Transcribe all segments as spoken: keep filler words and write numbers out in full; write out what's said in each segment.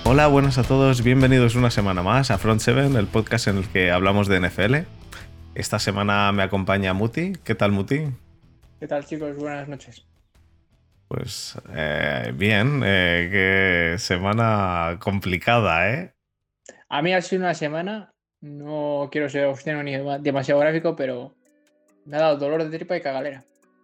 Hola, buenas a todos, bienvenidos una semana más a Front siete, el podcast en el que hablamos de N F L. Esta semana me acompaña Muti. ¿Qué tal, Muti? ¿Qué tal, chicos? Buenas noches. Pues eh, bien, eh, qué semana complicada, ¿eh? A mí ha sido una semana, no quiero ser obsceno ni dema- demasiado gráfico, pero me ha dado dolor de tripa y cagalera.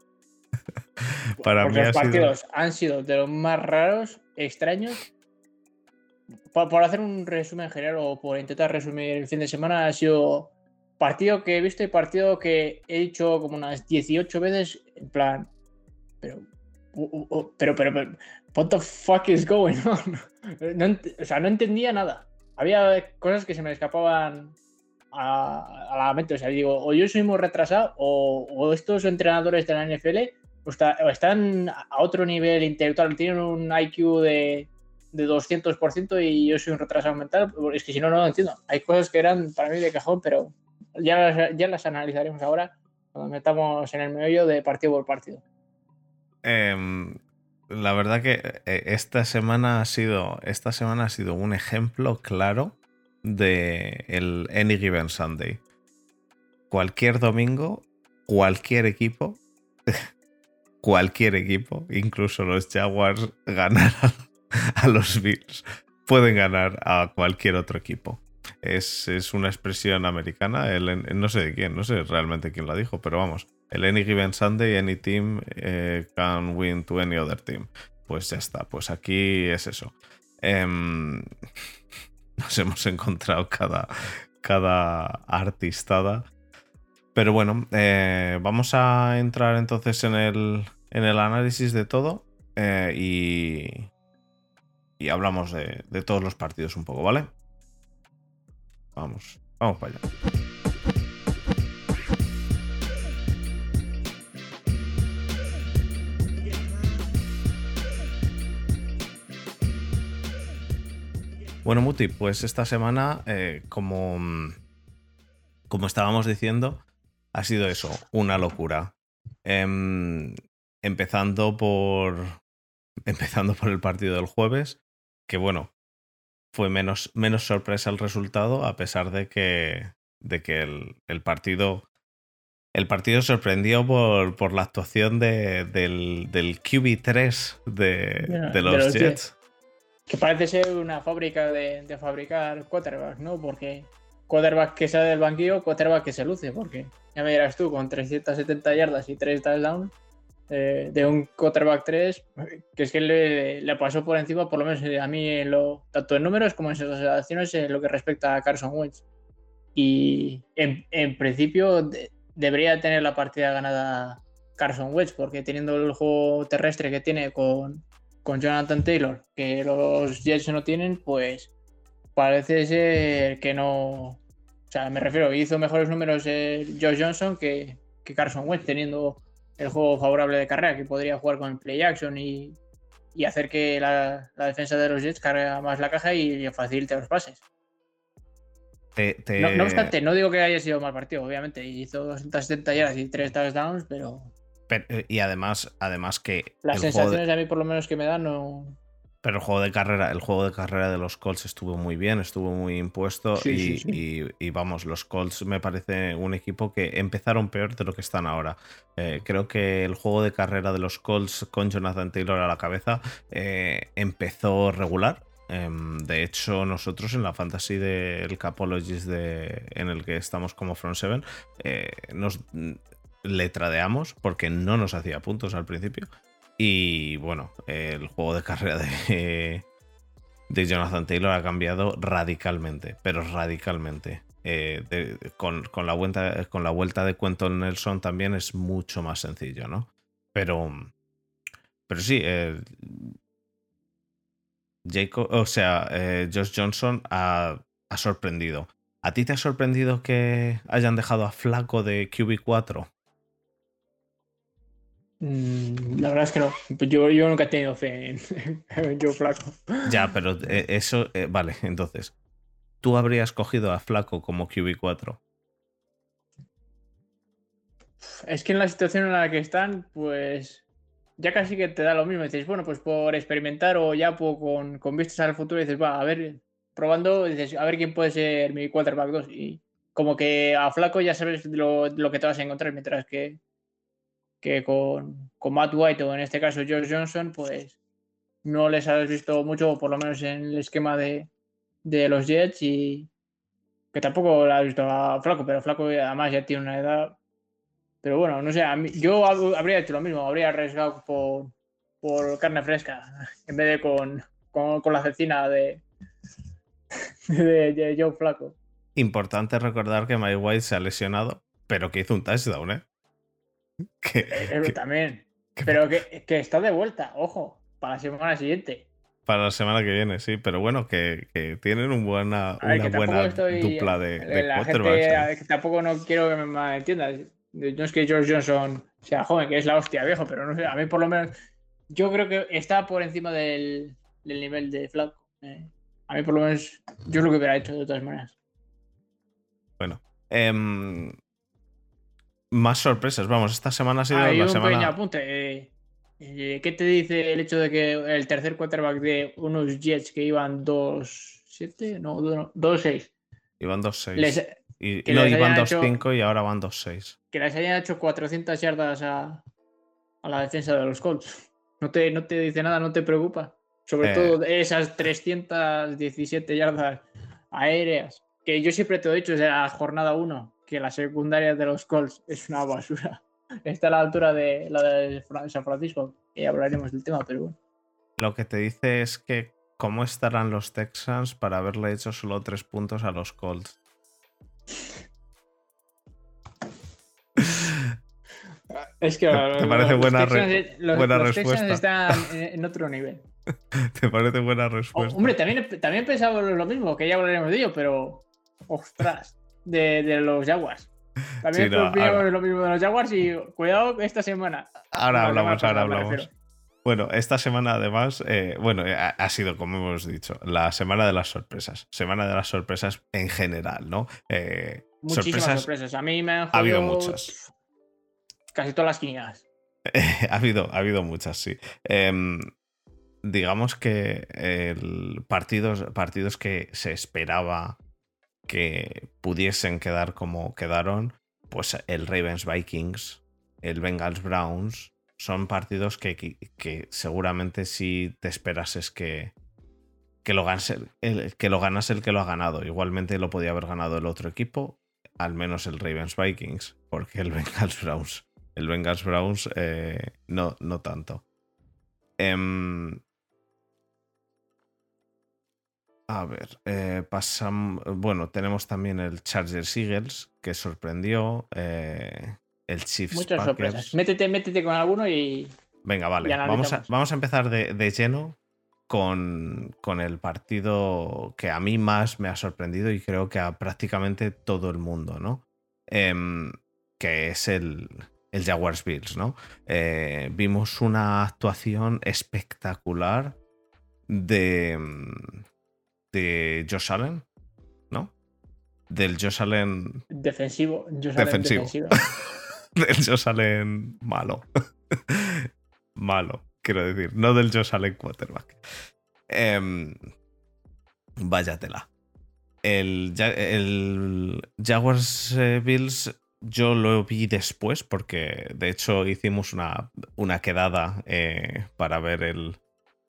Para Porque mí los ha sido... partidos han sido de los más raros, extraños. Por, por hacer un resumen general o por intentar resumir el fin de semana, ha sido partido que he visto y partido que he dicho como unas dieciocho veces, en plan, pero, uh, uh, pero, pero, pero, what the fuck is going on? No ent- o sea, no entendía nada. Había cosas que se me escapaban a, a la mente. O sea, digo, o yo soy muy retrasado o, o estos entrenadores de la N F L o, está, o están a otro nivel intelectual, tienen un I Q de, de doscientos por ciento y yo soy un retrasado mental. Es que si no, no lo entiendo. Hay cosas que eran para mí de cajón, pero ya las, ya las analizaremos ahora cuando metamos en el meollo de partido por partido. em, la verdad que eh, esta semana ha sido, esta semana ha sido un ejemplo claro de el Any Given Sunday. Cualquier domingo, cualquier equipo, cualquier equipo, incluso los Jaguars, ganar a, a los Bills. Pueden ganar a cualquier otro equipo. Es, es una expresión americana, el, no sé de quién, no sé realmente quién la dijo, pero vamos, el Any Given Sunday, any team eh, can win to any other team. Pues ya está, pues aquí es eso. Eh, nos hemos encontrado cada, cada artistada. Pero bueno, eh, vamos a entrar entonces en el, en el análisis de todo eh, y, y hablamos de, de todos los partidos un poco, ¿vale? Vamos, vamos para allá. Bueno, Muti, pues esta semana, eh, como, como estábamos diciendo, ha sido eso, una locura. Em, empezando por empezando por el partido del jueves, que bueno, fue menos, menos sorpresa el resultado, a pesar de que, de que el, el partido el partido sorprendió por, por la actuación de, del, del Q B tres de, De, de de los los Jets. Jets. Que parece ser una fábrica de, de fabricar quarterbacks, ¿no? Porque quarterback que sale del banquillo, quarterback que se luce, porque ya me dirás tú, con trescientas setenta yardas y tres touchdowns eh, de un quarterback tres, que es que le, le pasó por encima, por lo menos a mí, en lo, tanto en números como en sensaciones, en lo que respecta a Carson Wentz. Y en, en principio de, debería tener la partida ganada Carson Wentz, porque teniendo el juego terrestre que tiene con, con Jonathan Taylor, que los Jets no tienen, pues parece ser que no. O sea, me refiero, hizo mejores números eh, Josh Johnson que, que Carson Wentz, teniendo el juego favorable de carrera, que podría jugar con el play action y, y hacer que la, la defensa de los Jets cargue más la caja y facilite los pases. Te, No, no te... obstante, no digo que haya sido mal partido, obviamente. Hizo doscientas setenta yardas y tres touchdowns, pero Pero, y además, además que las el juego de, sensaciones a mí por lo menos que me dan no. pero el juego de carrera, el juego de carrera de los Colts estuvo muy bien, estuvo muy impuesto Sí, sí, y, sí. y, y vamos, los Colts me parece un equipo que empezaron peor de lo que están ahora. Eh, creo que el juego de carrera de los Colts con Jonathan Taylor a la cabeza eh, empezó regular. Um, de hecho, nosotros en la fantasy del Capologist de, en el que estamos como Front siete, eh, nos le tradeamos porque no nos hacía puntos al principio. Y bueno, el juego de carrera de, de Jonathan Taylor ha cambiado radicalmente, pero radicalmente. Eh, de, con, con, la vuelta, con la vuelta de Quentin Nelson también es mucho más sencillo, ¿no? Pero, pero sí, eh, Jacob, o sea, eh, Josh Johnson ha, ha sorprendido. ¿A ti te ha sorprendido que hayan dejado a Flaco de Q B cuatro? Mm, la verdad es que no. Yo, yo nunca he tenido fe en, en Joe Flaco. Ya, pero eh, eso, eh, vale, entonces, ¿tú habrías cogido a Flaco como Q B cuatro? Es que en la situación en la que están, pues ya casi que te da lo mismo. Dices, bueno, pues por experimentar o ya por, con, con vistas al futuro, dices, va, a ver, probando, dices, a ver quién puede ser mi quarterback dos. Y como que a Flaco ya sabes lo, lo que te vas a encontrar, mientras que, que con, con Matt White o en este caso Josh Johnson, pues no les has visto mucho, por lo menos en el esquema de, de los Jets, y que tampoco la has visto a Flaco, pero Flaco además ya tiene una edad. Pero bueno, no sé, a mí, yo habría hecho lo mismo, habría arriesgado por, por carne fresca en vez de con, con, con la cecina de, de, de Joe Flaco. Importante recordar que Mike White se ha lesionado, pero que hizo un touchdown, ¿eh? Que, Eh, que, también, que pero que, que está de vuelta, ojo, para la semana siguiente. para la semana que viene, sí, pero bueno, que, que tienen un buena, A ver, una que tampoco buena estoy. dupla de, de La quarterbacks. gente, ¿eh? que tampoco no quiero que me malentiendas. No es que George Johnson sea joven, que es la hostia viejo, pero no sé, a mí por lo menos. Yo creo que está por encima del, del nivel de Flaco. Eh, a mí por lo menos. Yo es lo que hubiera hecho de todas maneras. Bueno. Eh, más sorpresas, vamos, esta semana ha sido Hay la un semana. pequeño apunte. Eh, eh, ¿Qué te dice el hecho de que el tercer quarterback de unos Jets que iban dos siete? No, dos seis. Iban dos seis. Les, Y, que no, les iban hayan dos hecho- cinco y ahora van dos seis. que les hayan hecho cuatrocientas yardas a, a la defensa de los Colts. ¿No te, no te dice nada? ¿No te preocupa? Sobre Eh, todo esas trescientas diecisiete yardas aéreas. Que yo siempre te he dicho desde la jornada uno que la secundaria de los Colts es una basura. Está a la altura de la de San Francisco. Y hablaremos del tema, pero bueno. Lo que te dice es que cómo estarán los Texans para haberle hecho solo tres puntos a los Colts. Es que ¿Te, los, te parece los buena, Texans, re, los, buena los respuesta? Texans están en, en otro nivel. ¿Te parece buena Oh, respuesta? hombre, también, también pensaba lo mismo, que ya hablaremos de ello, pero. Ostras, de, de los Jaguars. También Sí, no, opinamos ahora, lo mismo de los Jaguars y cuidado esta semana. ahora La semana hablamos, pasada, ahora me hablamos. refiero. Bueno, esta semana además, eh, bueno, ha, ha sido, como hemos dicho, la semana de las sorpresas. Semana de las sorpresas en general, ¿no? Eh, Muchísimas sorpresas, sorpresas. A mí me han ha habido jodido muchas. casi todas las quinielas. ha, habido, ha habido muchas, sí. Eh, digamos que el partidos, partidos que se esperaba que pudiesen quedar como quedaron, pues el Ravens Vikings, el Bengals Browns, son partidos que, que, que seguramente si te esperas es que, que, lo ganase, el, que lo ganase el que lo ha ganado. Igualmente lo podía haber ganado el otro equipo, al menos el Ravens Vikings, porque el Bengals Browns, el Bengals Browns eh, no, no tanto. Eh, A ver, eh, pasamos. Bueno, tenemos también el Chargers Eagles, que sorprendió. Eh, el Chiefs Muchas Packers. sorpresas. Métete, métete con alguno y. Venga, vale. y Vamos a, analizamos. vamos a empezar de, de lleno con, con el partido que a mí más me ha sorprendido y creo que a prácticamente todo el mundo, ¿no? Em, que es el, el Jaguars Bills, ¿no? Eh, vimos una actuación espectacular de. de Josh Allen, ¿no? Del Josh Allen Defensivo. Yo salen defensivo. defensivo. Del Josh Allen malo. malo, quiero decir. No del Josh Allen quarterback. Eh, váyatela. El, el Jaguars eh, Bills yo lo vi después porque de hecho hicimos una, una quedada eh, para ver el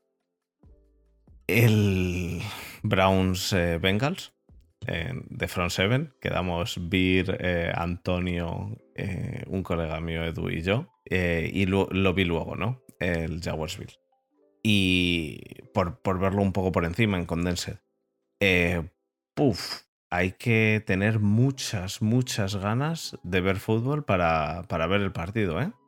el Browns eh, Bengals eh, de Front Seven. Quedamos Vir, eh, Antonio, eh, un colega mío, Edu y yo. Eh, y lo, lo vi luego, ¿no? El Jaguars Bills. Y por, por verlo un poco por encima en Condensed. Eh, puf, hay que tener muchas, muchas ganas de ver fútbol para, para ver el partido, ¿eh?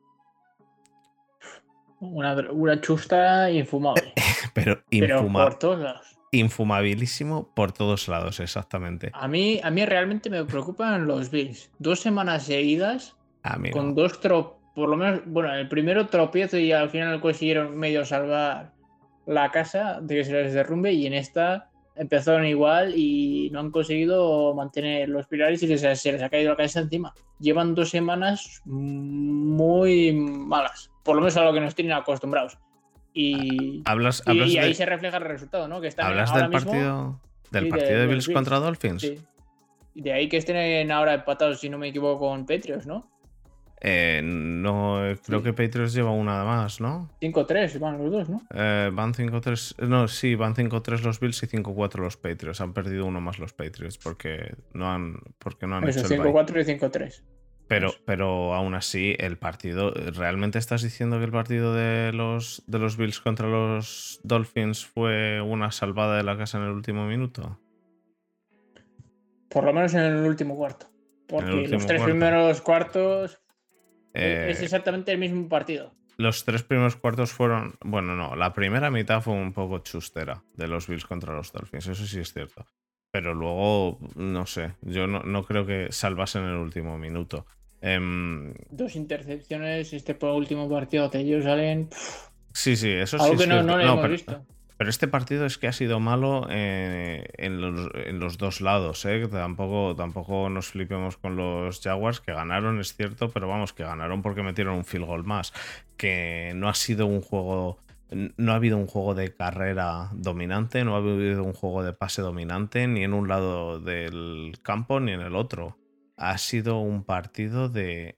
Una, una chusta infumable. Pero, Pero infuma, por todos lados. Infumabilísimo por todos lados, exactamente. A mí, a mí realmente me preocupan los Bills. Dos semanas seguidas A mí con no. dos tro... por lo menos, bueno, el primero tropiezo y al final consiguieron medio salvar la casa de que se les derrumbe, y en esta empezaron igual y no han conseguido mantener los pilares y se, se les ha caído la cabeza encima. Llevan dos semanas muy malas. por lo menos a lo que nos tienen acostumbrados. Y, hablas, y, hablas y ahí de, se refleja el resultado, ¿no? Que están ¿hablas ahora del mismo, partido, del sí, partido de, de de Bills Bills. contra Dolphins? Sí. Y de ahí que estén ahora empatados, si no me equivoco, con Patriots, ¿no? Eh, no, creo Sí. que Patriots lleva una más, ¿no? cinco tres van los dos, ¿no? Eh, van cinco tres. No, sí, van cinco tres los Bills y cinco cuatro los Patriots. Han perdido uno más los Patriots porque no han, porque no han Eso, hecho el cinco bye. cuatro y cinco tres. Pero, pero aún así, el partido. ¿Realmente estás diciendo que el partido de los, de los Bills contra los Dolphins fue una salvada de la casa en el último minuto? Por lo menos en el último cuarto. En el Porque los último tres cuarto. primeros cuartos Eh, es exactamente el mismo partido. Los tres primeros cuartos fueron. Bueno, no, la primera mitad fue un poco chustera de los Bills contra los Dolphins, eso sí es cierto. Pero luego, no sé, yo no, no creo que salvasen en el último minuto. Um, Dos intercepciones, este último partido de ellos salen. Sí, sí, eso sí Algo es que no, cierto. no lo No, hemos pero, visto. pero este partido es que ha sido malo eh, en, los, en los dos lados, ¿eh? Tampoco, tampoco nos flipemos con los Jaguars, que ganaron, es cierto, pero vamos, que ganaron porque metieron un field goal más. Que no ha sido un juego. No ha habido un juego de carrera dominante, no ha habido un juego de pase dominante, ni en un lado del campo ni en el otro. Ha sido un partido de.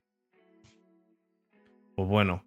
Pues bueno,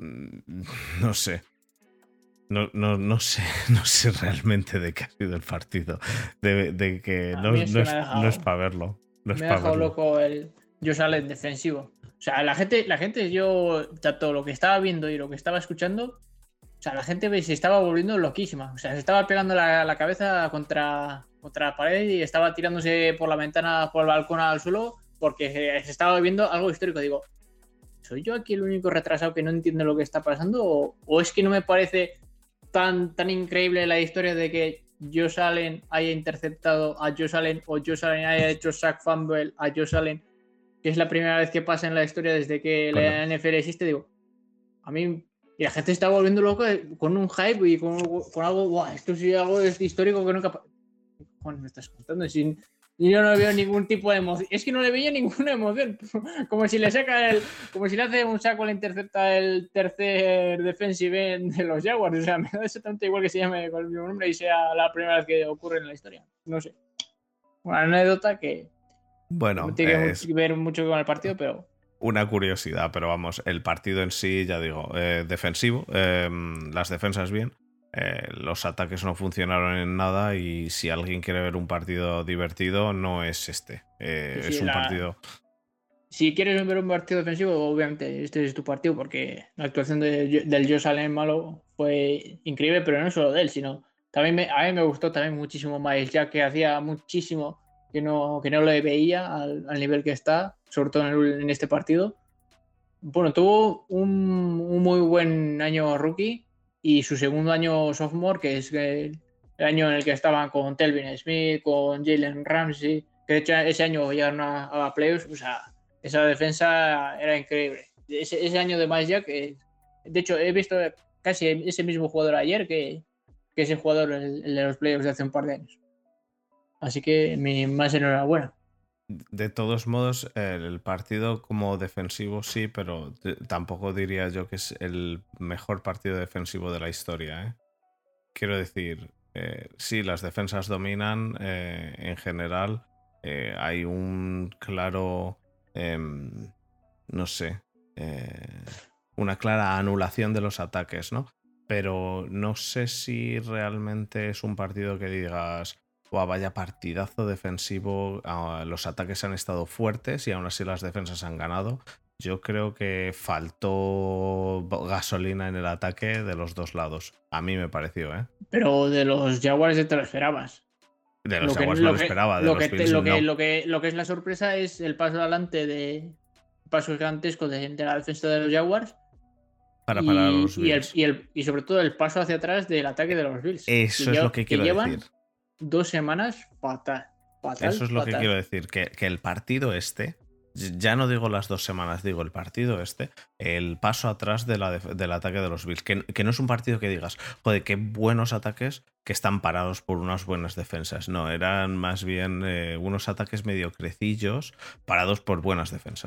no sé. No, no, no sé, no sé realmente de qué ha sido el partido. De, de que no, no, es, no es para verlo. No me es ha dejado verlo. loco el Josh Allen defensivo. O sea, la gente, la gente, yo, tanto lo que estaba viendo y lo que estaba escuchando, o sea, la gente se estaba volviendo loquísima. O sea, se estaba pegando la, la cabeza contra, contra la pared y estaba tirándose por la ventana, por el balcón al suelo, porque se, se estaba viendo algo histórico. Digo, ¿soy yo aquí el único retrasado que no entiende lo que está pasando? ¿O, o es que no me parece tan, tan increíble la historia de que Josh Allen haya interceptado a Josh Allen o Josh Allen haya hecho sack fumble a Josh Allen, que es la primera vez que pasa en la historia desde que bueno. la N F L existe? Digo, a mí... Y la gente está volviendo loco con un hype y con, con algo, wow, esto sí algo histórico que nunca... ¿Qué cojones me estás contando? Sin, yo no veo ningún tipo de emoción. Es que no le veía ninguna emoción. Como si le saca el... Como si le hace un saco, le intercepta el tercer defensive end de los Jaguars. O sea, me da exactamente igual que se llame con el mismo nombre y sea la primera vez que ocurre en la historia. No sé. Una anécdota que... Bueno, no tiene es... que ver mucho con el partido, pero... Una curiosidad, pero vamos, el partido en sí, ya digo, eh, defensivo, eh, las defensas bien, eh, los ataques no funcionaron en nada y si alguien quiere ver un partido divertido, no es este, eh, sí, sí, es un la... partido... Si quieres ver un partido defensivo, obviamente este es tu partido porque la actuación de, del Josh Allen malo fue increíble, pero no solo de él, sino también me, a mí me gustó también muchísimo Miles, ya que hacía muchísimo que no, que no le veía al, al nivel que está, sobre todo en, el, en este partido. Bueno, tuvo un, un muy buen año rookie y su segundo año sophomore, que es el, el año en el que estaban con Telvin Smith, con Jalen Ramsey, que de hecho ese año llegaron a, a playoffs. O sea, esa defensa era increíble. Ese, ese año de Miles Jack, eh, de hecho he visto casi ese mismo jugador ayer que, que ese jugador el, el de los playoffs de hace un par de años. Así que mi más enhorabuena. De todos modos, el partido como defensivo sí, pero tampoco diría yo que es el mejor partido defensivo de la historia, ¿eh? Quiero decir, eh, sí, las defensas dominan eh, en general. Eh, hay un claro, eh, no sé, eh, una clara anulación de los ataques, ¿no? Pero no sé si realmente es un partido que digas... Wow, vaya partidazo defensivo, uh, los ataques han estado fuertes y aún así las defensas han ganado. Yo creo que faltó gasolina en el ataque de los dos lados. A mí me pareció, ¿eh? Pero de los Jaguars te lo esperabas. De los lo Jaguars que, me lo, que, esperaba, de lo los que, Bills, lo, no. que, lo, que, lo que es la sorpresa es el paso adelante de... paso gigantesco de, de la defensa de los Jaguars. Para y, parar a los y, el, Bills. y, el, y sobre todo el paso hacia atrás del ataque de los Bills. Eso es lleva, lo que quiero que llevan, decir. Dos semanas fatal, fatal. Eso es lo fatal. que quiero decir, que, que el partido este, ya no digo las dos semanas, digo el partido este, el paso atrás de la, del ataque de los Bills, que, que no es un partido que digas, joder, qué buenos ataques que están parados por unas buenas defensas. No, eran más bien eh, unos ataques medio crecillos parados por buenas defensas.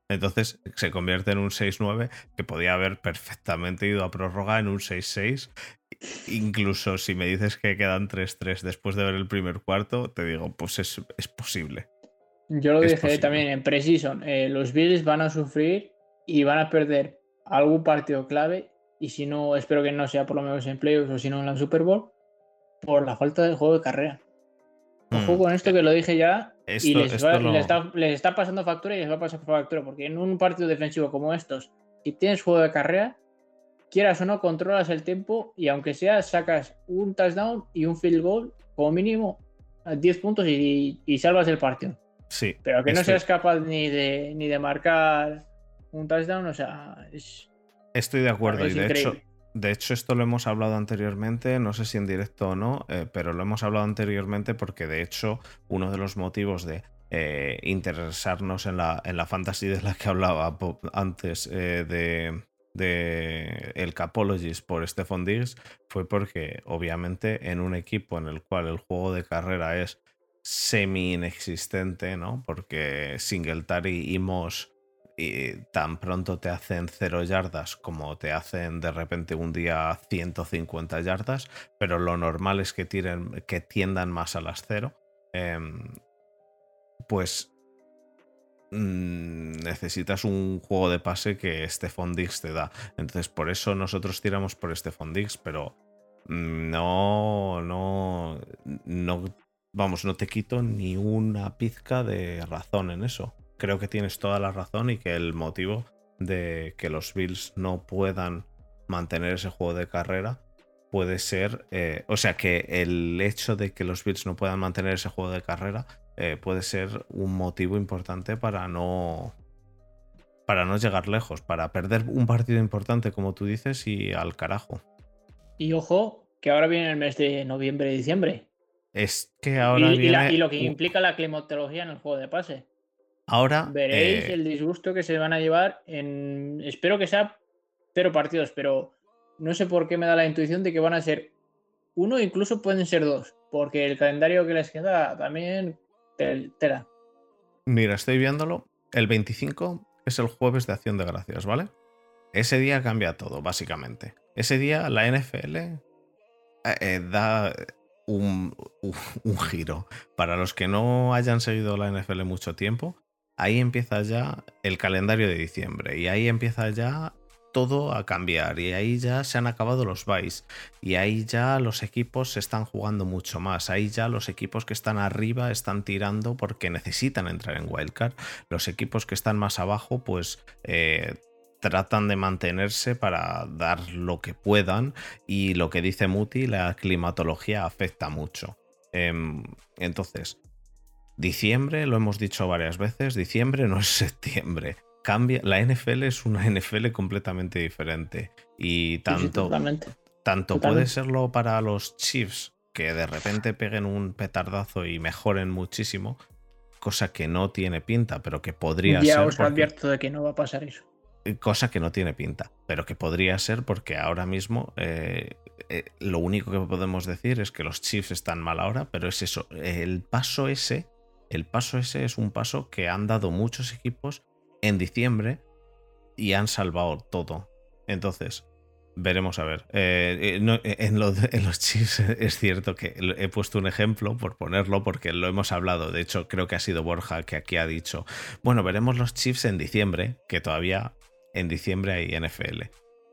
Entonces se convierte en un seis nueve que podía haber perfectamente ido a prórroga en un seis seis. Incluso si me dices que quedan tres tres después de ver el primer cuarto, te digo, pues es, es posible. Yo lo Es dije posible. también en Precision. Eh, los Bills van a sufrir y van a perder algún partido clave. Y si no, espero que no sea por lo menos en playoffs o si no en la Super Bowl, por la falta del juego de carrera. Ojo Mm, con esto que lo dije ya. Y Esto, les, va, esto y les, lo. está, les está pasando factura y les va a pasar factura. Porque en un partido defensivo como estos, si tienes juego de carrera, quieras o no, controlas el tiempo y aunque sea, sacas un touchdown y un field goal, como mínimo, a diez puntos y, y salvas el partido. Sí, Pero que no estoy, seas capaz ni de, ni de marcar un touchdown, o sea, es, estoy de acuerdo. Y es de hecho, increíble. de hecho, esto lo hemos hablado anteriormente, no sé si en directo o no, eh, pero lo hemos hablado anteriormente porque de hecho, uno de los motivos de eh, interesarnos en la, en la fantasy de la que hablaba po- antes eh, de, de el Capologist por Stephon Diggs fue porque obviamente en un equipo en el cual el juego de carrera es semi inexistente, ¿no? Porque Singletary y Moss y tan pronto te hacen cero yardas como te hacen de repente un día ciento cincuenta yardas, pero lo normal es que, tiren, que tiendan más a las cero, eh, pues mmm, necesitas un juego de pase que Stephon Diggs te da. Entonces por eso nosotros tiramos por Stephon Diggs, pero no, no, no, vamos, no te quito ni una pizca de razón en eso. Creo que tienes toda la razón y que el motivo de que los Bills no puedan mantener ese juego de carrera puede ser, eh, o sea, que el hecho de que los Bills no puedan mantener ese juego de carrera eh, puede ser un motivo importante para no, para no llegar lejos, para perder un partido importante, como tú dices, y al carajo. Y ojo, que ahora viene el mes de noviembre y diciembre. Es que ahora Y, y, la, y viene. lo que implica la climatología en el juego de pase. Ahora. Veréis eh, el disgusto que se van a llevar en. Espero que sea cero partidos, pero no sé por qué me da la intuición de que van a ser uno, incluso pueden ser dos, porque el calendario que les queda también tela. Mira, estoy viéndolo. El veinticinco es el jueves de Acción de Gracias, ¿vale? Ese día cambia todo, básicamente. Ese día la N F L eh, eh, da un, un, un giro. Para los que no hayan seguido la N F L mucho tiempo, ahí empieza ya el calendario de diciembre y ahí empieza ya todo a cambiar y ahí ya se han acabado los buys y ahí ya los equipos se están jugando mucho más, ahí ya los equipos que están arriba están tirando porque necesitan entrar en wildcard, los equipos que están más abajo pues eh, tratan de mantenerse para dar lo que puedan y lo que dice Muti, la climatología afecta mucho. Eh, entonces, diciembre, lo hemos dicho varias veces, diciembre no es septiembre. Cambia, la N F L es una N F L completamente diferente y Sí, sí, tanto, totalmente. tanto puede Totalmente. serlo para los Chiefs que de repente peguen un petardazo y mejoren muchísimo, cosa que no tiene pinta, pero que podría Ya ser os porque advierto de que no va a pasar eso. cosa que no tiene pinta, pero que podría ser porque ahora mismo eh, eh, lo único que podemos decir es que los Chiefs están mal ahora, pero es eso, el paso ese, el paso ese es un paso que han dado muchos equipos en diciembre y han salvado todo. Entonces, veremos a ver. Eh, eh, no, en, lo de, en los Chiefs es cierto que he puesto un ejemplo por ponerlo porque lo hemos hablado. De hecho, creo que ha sido Borja que aquí ha dicho, bueno, veremos los Chiefs en diciembre, que todavía en diciembre hay N F L.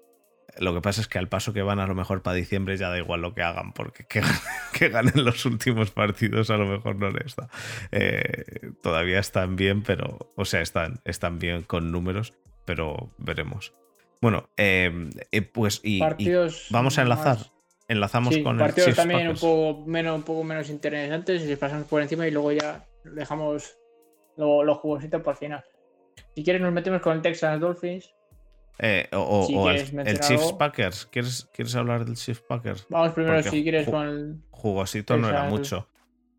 Lo que pasa es que al paso que van a lo mejor para diciembre ya da igual lo que hagan, porque que, que ganen los últimos partidos a lo mejor no les da. Eh, todavía están bien, pero, o sea, están, están bien con números, pero veremos. Bueno, eh, eh, pues y, y Partidos vamos a enlazar. más. Enlazamos Sí, con el partidos Chiefs también un Packers. poco menos, un poco menos interesantes y pasamos por encima y luego ya dejamos lo- los jugositos para el final. Si quieres nos metemos con el Texans Dolphins. Eh, o o, Si o el, quieres el mencionar Chiefs algo. Packers. ¿Quieres, ¿Quieres hablar del Chiefs Packers? Vamos primero Porque si quieres ju- con el jugosito no era Texans. mucho.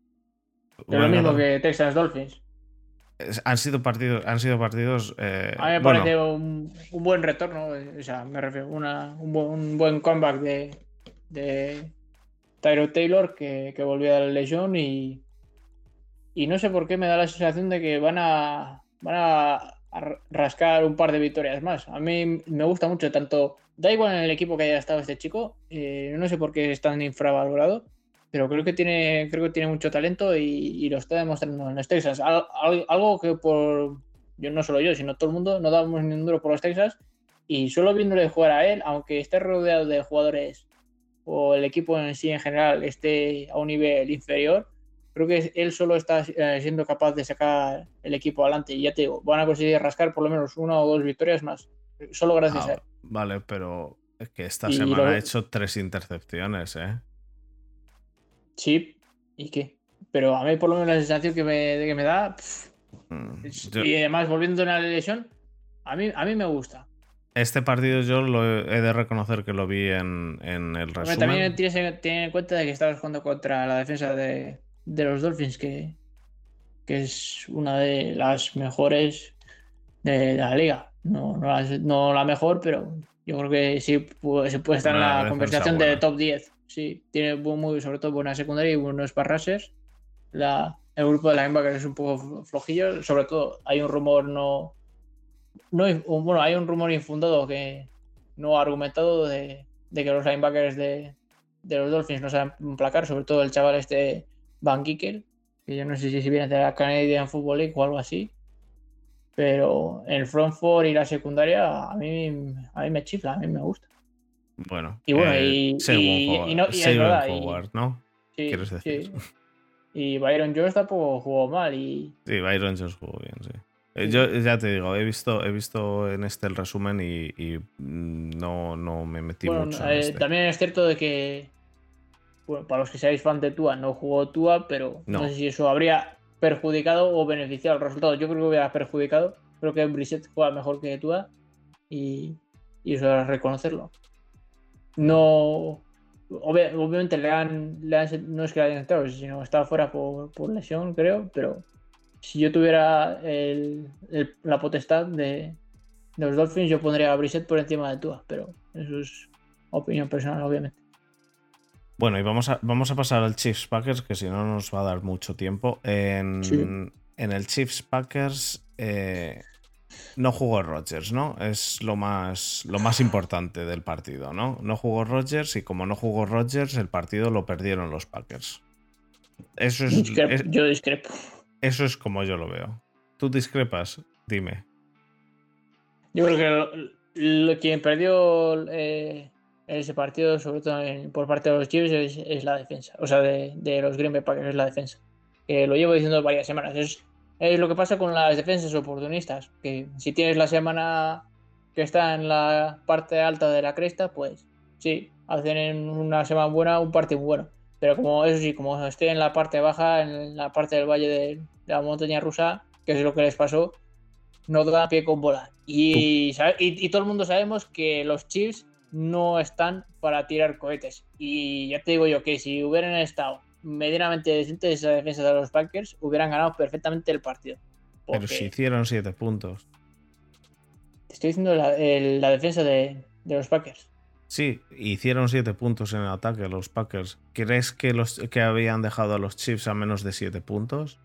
Es lo Venga, mismo dale. que Texans Dolphins. Es- Han sido partidos, han sido partidos. A eh, mí me bueno, parece un, un buen retorno, o sea, me refiero, una, un, buen, un buen comeback de, de Tyrod Taylor que, que volvió a la lesión y, y no sé por qué me da la sensación de que van a, van a a rascar un par de victorias más. A mí me gusta mucho, tanto, da igual en el equipo que haya estado este chico, eh, no sé por qué es tan infravalorado, pero creo que tiene, creo que tiene mucho talento y, y lo está demostrando en los Texas. Al, al, algo que por, yo no solo yo, sino todo el mundo, no damos ni un duro por los Texas, y solo viéndole jugar a él, aunque esté rodeado de jugadores o el equipo en sí en general esté a un nivel inferior, creo que él solo está eh, siendo capaz de sacar el equipo adelante. Y ya te digo, van a conseguir rascar por lo menos una o dos victorias más. Solo gracias ah, a él. Vale, pero es que esta Y semana lo... ha hecho tres intercepciones, ¿eh? Sí, ¿y qué? Pero a mí por lo menos la sensación que me, de que me da... Pff, Mm, es, yo, y además, volviendo a la lesión, a mí, a mí me gusta. este partido yo lo he, he de reconocer que lo vi en, en el Hombre, también resumen. tienes en, ten en cuenta de que estabas jugando contra la defensa de, de los Dolphins, que, que es una de las mejores de la liga. No, no, la, no la mejor, pero yo creo que sí puede, se puede estar en Una la defensa conversación de buena. top diez. Sí, tiene muy, sobre todo buena secundaria y buenos parrasers. La, el grupo de linebackers es un poco flojillo. Sobre todo, hay un rumor no. no bueno, hay un rumor infundado que no argumentado de, de que los linebackers de, de los Dolphins no saben placar, sobre todo el chaval este Van Gickel, que yo no sé si viene de la Canadian Football League o algo así. Pero el front four y la secundaria a mí, a mí me chifla, a mí me gusta. Bueno, Y bueno, eh, y, Saquon y, y, Howard, no, y es Saquon verdad, y, Howard, ¿no? sí, ¿Quieres decir? sí. Y Byron Jones tampoco jugó mal. Y, Sí, Byron Jones jugó bien, sí. Eh, sí. Yo ya te digo, he visto, he visto en este el resumen y, y no, no me metí Bueno, mucho en eh, este. también es cierto de que, bueno, para los que seáis fan de Tua, no jugó Tua, pero no sé No, si eso habría perjudicado o beneficiado el resultado. Yo creo que hubiera perjudicado. Creo que Brissett juega mejor que Tua y, y eso es reconocerlo. No, obvia, obviamente le han, le han, no es que le hayan entrado, sino estaba fuera por, por lesión, creo, pero si yo tuviera el, el, la potestad de, de los Dolphins, yo pondría a Brissett por encima de Tua, pero eso es opinión personal, obviamente. bueno, y vamos a, vamos a pasar al Chiefs Packers, que si no nos va a dar mucho tiempo. En, Sí. en el Chiefs Packers eh, no jugó Rodgers, ¿no? Es lo más, lo más importante del partido, ¿no? No jugó Rodgers y como no jugó Rodgers, el partido lo perdieron los Packers. Eso Yo es, discrepo. es Yo discrepo. eso es como yo lo veo. ¿Tú discrepas? Dime. Yo creo que lo, lo, quien perdió eh, ese partido, sobre todo en, por parte de los Chiefs, es, es la defensa. O sea, de, de los Green Bay Packers es la defensa. Eh, lo llevo diciendo varias semanas. Es, es lo que pasa con las defensas oportunistas. Que si tienes la semana que está en la parte alta de la cresta, pues sí, hacen en una semana buena un partido bueno. Pero como eso sí, como esté en la parte baja, en la parte del valle de, de la montaña rusa, que es lo que les pasó, no da pie con bola. Y, y, y todo el mundo sabemos que los Chiefs no están para tirar cohetes. Y ya te digo yo que si hubieran estado medianamente decentes esa defensa de los Packers, hubieran ganado perfectamente el partido. Pero si Porque hicieron siete puntos. te estoy diciendo la, el, la defensa de, de los Packers. Sí, hicieron siete puntos en el ataque los Packers. ¿Crees que, los, que habían dejado a los Chiefs a menos de siete puntos?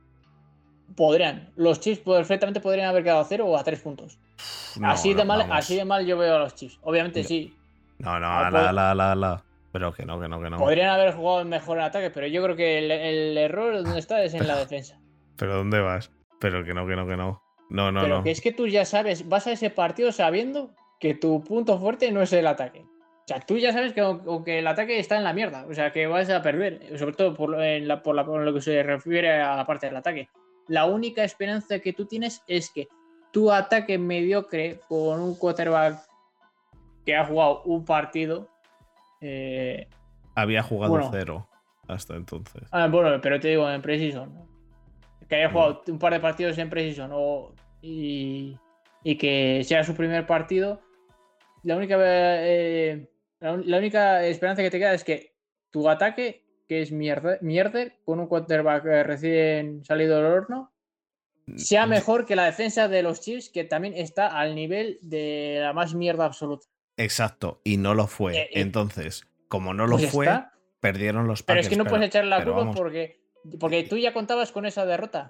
Podrían. Los Chiefs perfectamente podrían haber quedado a cero o a tres puntos. No, Así no, de mal, así vamos. de mal yo veo a los Chiefs. Obviamente No, sí. no, no, Ah, la, pod- la, la, la. Pero que no, que no, que no. podrían haber jugado mejor en ataque, pero yo creo que el, el error donde está es en Pero, la defensa. pero ¿dónde vas? Pero que no, que no, que no. No, no, Pero que no. es que tú ya sabes, vas a ese partido sabiendo que tu punto fuerte no es el ataque. O sea, tú ya sabes que, o que el ataque está en la mierda. O sea, que vas a perder. Sobre todo por, en la, por, la, por lo que se refiere a la parte del ataque. La única esperanza que tú tienes es que tu ataque mediocre con un quarterback que ha jugado un partido. Eh, Había jugado bueno, cero hasta entonces. ah, bueno, pero te digo en Precision, ¿no? Que haya Mm. jugado un par de partidos en Precision o, y, y que sea su primer partido. La única, eh, la, la única esperanza que te queda es que tu ataque, que es mierder, mierder con un quarterback recién salido del horno, sea mejor que la defensa de los Chiefs, que también está al nivel de la más mierda absoluta. Exacto, y no lo fue. Eh, eh, Entonces, como no lo pues ya fue, está. perdieron los Pero Packers. es que no pero, puedes echarle la pero culpa vamos. porque, porque tú ya contabas con esa derrota.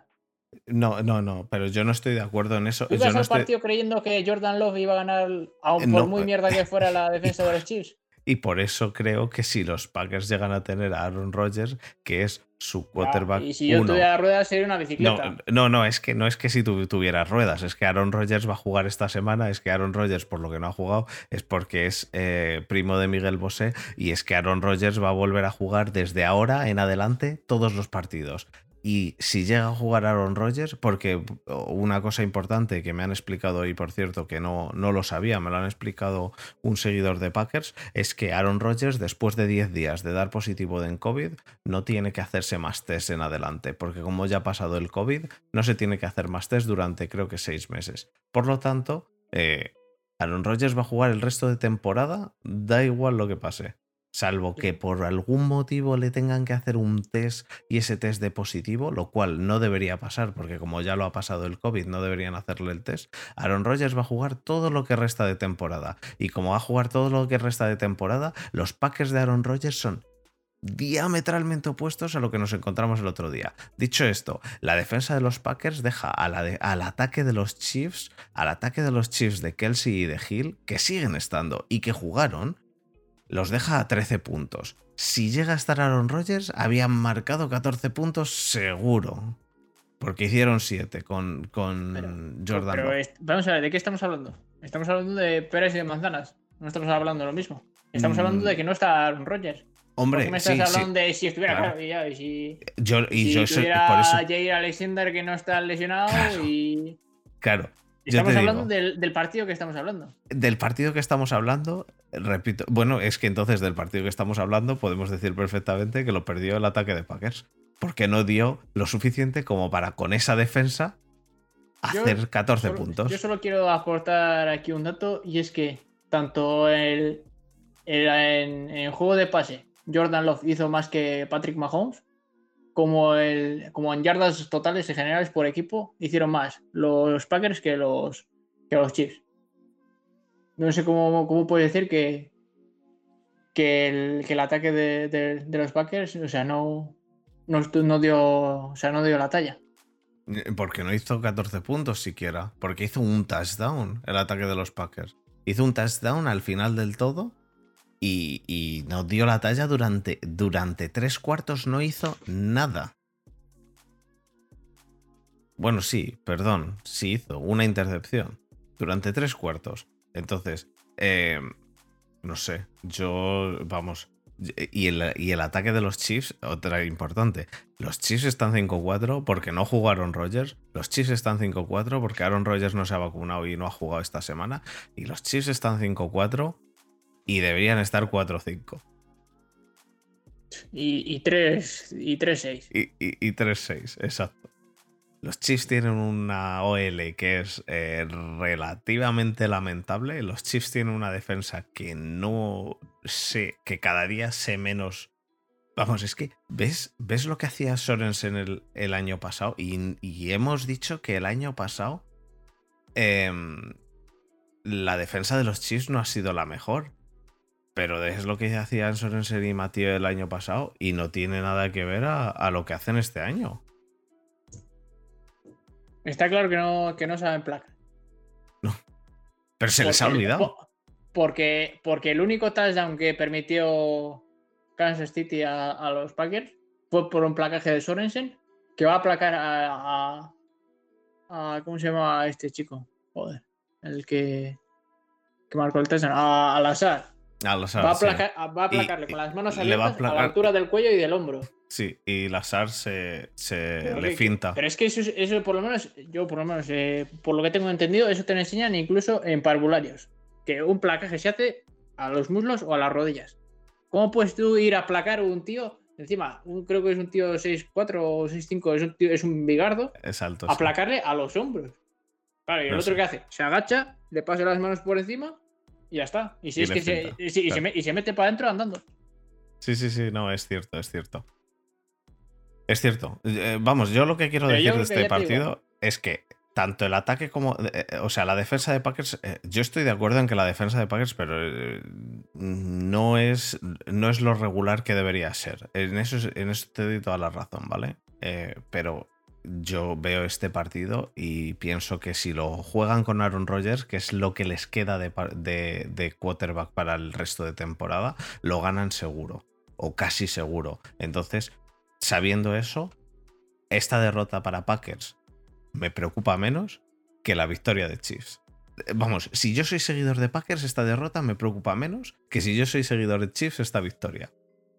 No, no, no, pero yo no estoy de acuerdo en eso. ¿Tú Yo ibas no al estoy. partido creyendo que Jordan Love iba a ganar, aun por No, muy mierda que fuera la y defensa por, de los Chiefs? y por eso creo que si los Packers llegan a tener a Aaron Rodgers, que es su Ya, quarterback y si yo uno. tuviera ruedas sería una No, bicicleta. no, no, es que no es que si tu, tuvieras ruedas, es que Aaron Rodgers va a jugar esta semana, es que Aaron Rodgers, por lo que no ha jugado, es porque es eh, primo de Miguel Bosé, y es que Aaron Rodgers va a volver a jugar desde ahora en adelante todos los partidos. Y si llega a jugar Aaron Rodgers, porque una cosa importante que me han explicado hoy, por cierto, que no, no lo sabía, me lo han explicado un seguidor de Packers, es que Aaron Rodgers, después de diez días de dar positivo en COVID, no tiene que hacerse más test en adelante, porque como ya ha pasado el COVID, no se tiene que hacer más test durante creo que seis meses. Por lo tanto, eh, Aaron Rodgers va a jugar el resto de temporada, da igual lo que pase. Salvo que por algún motivo le tengan que hacer un test y ese test de positivo, lo cual no debería pasar, porque como ya lo ha pasado el COVID, no deberían hacerle el test. Aaron Rodgers va a jugar todo lo que resta de temporada. Y como va a jugar todo lo que resta de temporada, los Packers de Aaron Rodgers son diametralmente opuestos a lo que nos encontramos el otro día. Dicho esto, la defensa de los Packers deja a la de, al ataque de los Chiefs, al ataque de los Chiefs de Kelsey y de Hill, que siguen estando y que jugaron, los deja a trece puntos. Si llega a estar Aaron Rodgers, habían marcado catorce puntos seguro. Porque hicieron siete con, con Pero, Jordan pero Love. est- vamos a ver, ¿de qué estamos hablando? Estamos hablando de peras y de manzanas. No estamos hablando de lo mismo. Estamos hablando Mm, de que no está Aaron Rodgers. ¿Por qué hombre, me estás sí, sí. hablando de si estuviera Claro. claro? Y, ya, y si, Yo, y y si yo soy, tuviera por eso. Jair Alexander que no está lesionado Claro, y... claro. Yo te Estamos hablando digo, del, del partido que estamos hablando. del partido que estamos hablando, repito, bueno, es que entonces del partido que estamos hablando podemos decir perfectamente que lo perdió el ataque de Packers. Porque no dio lo suficiente como para con esa defensa Yo hacer catorce solo, puntos. yo solo quiero aportar aquí un dato y es que tanto el, el- en, en juego de pase Jordan Love hizo más que Patrick Mahomes, como, el, como en yardas totales y generales por equipo hicieron más los Packers que los, que los Chiefs. No sé cómo, cómo puedes decir que, que, el, que el ataque de, de- de los Packers, o sea, no, no, estu- no dio, o sea, no dio la talla. Porque no hizo catorce puntos siquiera. Porque hizo un touchdown el ataque de los Packers. Hizo un touchdown al final del todo y, y no dio la talla durante, durante tres cuartos. No hizo nada. Bueno, sí, perdón. Sí hizo una intercepción durante tres cuartos. Entonces, eh, no sé. Yo, vamos. Y el, y el ataque de los Chiefs, otra importante. Los Chiefs están cinco cuatro porque no jugaron Rodgers. Los Chiefs están cinco cuatro porque Aaron Rodgers no se ha vacunado y no ha jugado esta semana. Y los Chiefs están cinco cuatro y deberían estar cuatro cinco. Y, y tres y tres seis. Y, y, y tres seis, exacto. Los Chiefs tienen una O L que es eh, relativamente lamentable. Los Chiefs tienen una defensa que no sé, que cada día sé menos. Vamos, es que ¿ves, ves lo que hacía Sorensen el, el año pasado? Y, y hemos dicho que el año pasado eh, la defensa de los Chiefs no ha sido la mejor. Pero es lo que hacían Sorensen y Mathieu el año pasado y no tiene nada que ver a, a lo que hacen este año. Está claro que no, que no saben placa. Pero se les ha olvidado. Porque, porque el único touchdown que permitió Kansas City a, a los Packers fue por un placaje de Sorensen que va a aplacar a, a, a- ¿cómo se llama este chico? Joder, el que, que marcó el touchdown. A, a Lazar. Al azar, Va a, sí. aplacar, va a aplacarle Y- con las manos le va a abiertas a, la aplacar- altura del cuello y del hombro. Sí, y Lazar se, se Pero le que- finta. Pero es que eso, es- eso por lo menos, yo por lo menos, eh, por lo que tengo entendido, eso te lo enseñan incluso en parvularios. Que un placaje se hace a los muslos o a las rodillas. ¿Cómo puedes tú ir a placar un tío? Encima, un, creo que es un tío seis cuatro o seis cinco, es un, tío, es un bigardo, Es alto. a sí. placarle a los hombros. Claro, y el No otro sé. que hace, se agacha, le pasa las manos por encima y ya está. Y si Y es le que se, finta, y si- y se claro. me- y se mete para adentro andando. Sí, sí, sí, no, es cierto, es cierto. Es cierto. Eh, vamos, yo lo que quiero Pero yo decir de creo que este ya te digo. partido es que tanto el ataque como. eh, o sea, la defensa de Packers. eh, yo estoy de acuerdo en que la defensa de Packers, pero eh, no, es, no es lo regular que debería ser. En eso, es- en eso te doy toda la razón, ¿vale? Eh, pero yo veo este partido y pienso que si lo juegan con Aaron Rodgers, que es lo que les queda de, de, de quarterback para el resto de temporada, lo ganan seguro, o casi seguro. Entonces, sabiendo eso, esta derrota para Packers me preocupa menos que la victoria de Chiefs. Vamos, si yo soy seguidor de Packers, esta derrota me preocupa menos que si yo soy seguidor de Chiefs, esta victoria.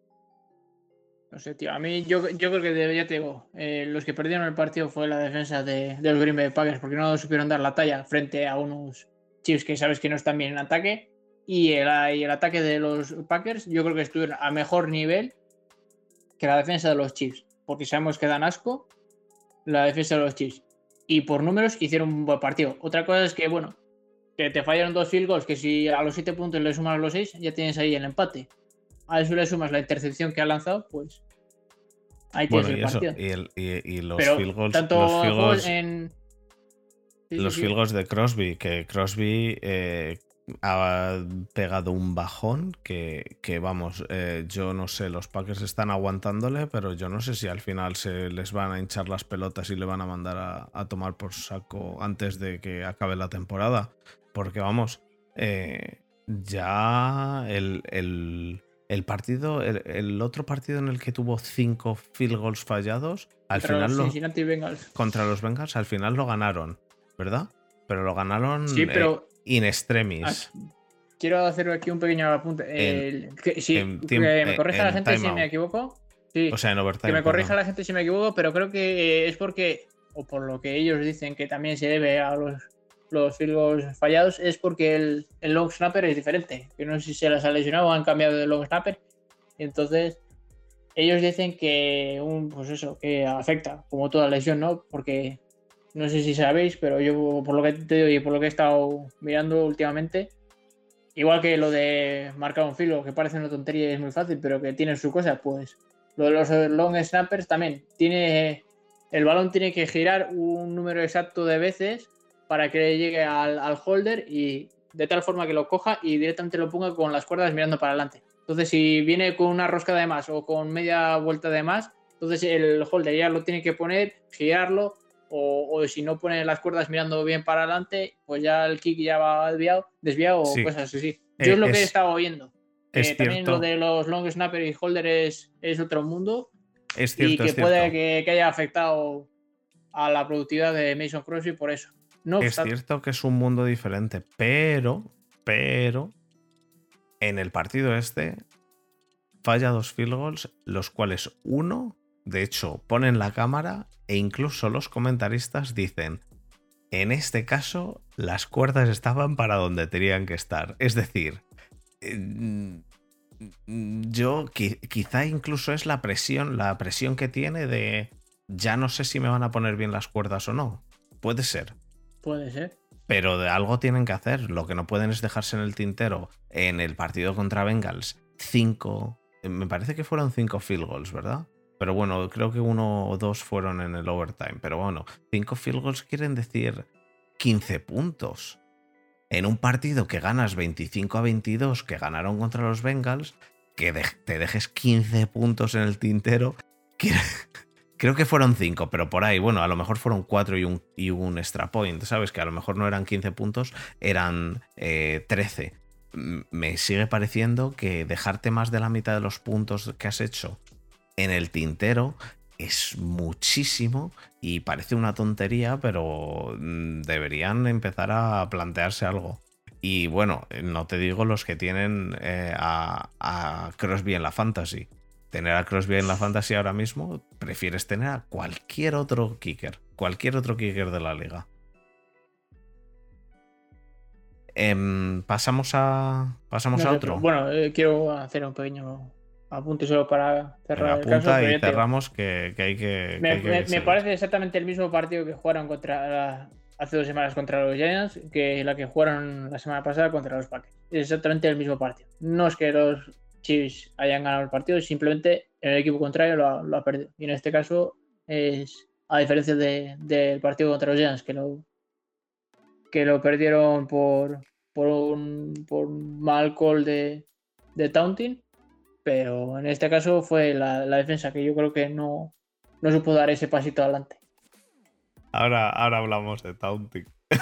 No sé, tío. A mí, yo, yo creo que, ya te digo, eh, los que perdieron el partido fue la defensa de, de los Green Bay Packers, porque no supieron dar la talla frente a unos Chiefs que sabes que no están bien en ataque. Y el, y el ataque de los Packers, yo creo que estuvieron a mejor nivel que la defensa de los Chiefs, porque sabemos que dan asco la defensa de los Chiefs. Y por números hicieron un buen partido. Otra cosa es que, bueno, que te fallaron dos field goals, que si a los siete puntos le sumas los seis, ya tienes ahí el empate. A eso le sumas la intercepción que ha lanzado, pues ahí tienes bueno, el partido. Y, eso, y, el, y, y los Pero field goals, tanto los field goals, en... sí, los sí, field sí. goals de Crosby, que Crosby eh, ha pegado un bajón que, que vamos, eh, yo no sé, los Packers están aguantándole, pero yo no sé si al final se les van a hinchar las pelotas y le van a mandar a, a tomar por saco antes de que acabe la temporada. Porque vamos, eh, ya el, el, el partido, el, el otro partido en el que tuvo cinco field goals fallados, al Contra final los lo, Cincinnati Bengals. contra los Bengals, al final lo ganaron, ¿verdad? Pero lo ganaron Sí, pero eh, in extremis. aquí, quiero hacer aquí un pequeño apunte. El, que, sí, en que tiemp- me corrija en la gente si timeout. me equivoco. Sí, O sea, en overtime. que me corrija perdón. la gente si me equivoco, pero creo que es porque, o por lo que ellos dicen que también se debe a los, los field goals fallados, es porque el, el long snapper es diferente. Que no sé si se las ha lesionado o han cambiado de long snapper. Y entonces, ellos dicen que un, pues eso, que afecta, como toda lesión, ¿no? Porque no sé si sabéis, pero yo por lo que te digo y por lo que he estado mirando últimamente, igual que lo de marcar un field goal, que parece una tontería y es muy fácil, pero que tiene su cosa, pues lo de los long snappers también tiene, el balón tiene que girar un número exacto de veces para que llegue al, al holder y de tal forma que lo coja y directamente lo ponga con las cuerdas mirando para adelante. Entonces, si viene con una rosca de más o con media vuelta de más, entonces el holder ya lo tiene que poner, girarlo, o, o si no pone las cuerdas mirando bien para adelante, pues ya el kick ya va desviado, desviado Sí. o cosas así. Yo Eh, es lo que es- he estado oyendo. es Eh, también cierto. lo de los long snapper y holder es, es otro mundo Es y cierto, que es puede cierto. que, que haya afectado a la productividad de Mason Crosby por eso. No Es obstante, cierto que es un mundo diferente, pero, pero, en el partido este falla dos field goals, los cuales uno, de hecho, ponen la cámara e incluso los comentaristas dicen, en este caso, las cuerdas estaban para donde tenían que estar. Es decir, eh, yo qui- quizá incluso es la presión, la presión que tiene de ya no sé si me van a poner bien las cuerdas o no. Puede ser. puede ser. Pero de algo tienen que hacer. Lo que no pueden es dejarse en el tintero en el partido contra Bengals cinco. Me parece que fueron cinco field goals, ¿verdad? Pero bueno, creo que uno o dos fueron en el overtime. Pero bueno, cinco field goals quieren decir quince puntos. En un partido que ganas veinticinco a veintidós, que ganaron contra los Bengals, que de- te dejes quince puntos en el tintero. que- Creo que fueron cinco, pero por ahí, bueno, a lo mejor fueron cuatro y un, y un extra point, ¿sabes? Que a lo mejor no eran quince puntos, eran eh, trece. M- Me sigue pareciendo que dejarte más de la mitad de los puntos que has hecho en el tintero es muchísimo y parece una tontería, pero mm, deberían empezar a plantearse algo. Y bueno, no te digo los que tienen eh, a, a Crosby en la fantasy. Tener a Crosby en la fantasy ahora mismo, prefieres tener a cualquier otro kicker, cualquier otro kicker de la liga. Em, pasamos a pasamos No a sé, otro. pero bueno, eh, quiero hacer un pequeño apunte solo para cerrar Venga, el caso. apunta pero y ya te digo, cerramos que, que hay que, que Me, hay que me- me seguir. parece exactamente el mismo partido que jugaron contra hace dos semanas contra los Giants que la que jugaron la semana pasada contra los Packers. Es exactamente el mismo partido. No es que los Chiefs hayan ganado el partido, simplemente el equipo contrario lo ha, lo ha perdido. Y en este caso es a diferencia de- del partido contra los Giants que lo, que lo perdieron por, por, un, por un mal call de, de taunting, pero en este caso fue la, la defensa que yo creo que no, no supo dar ese pasito adelante. Ahora, ahora hablamos de taunting.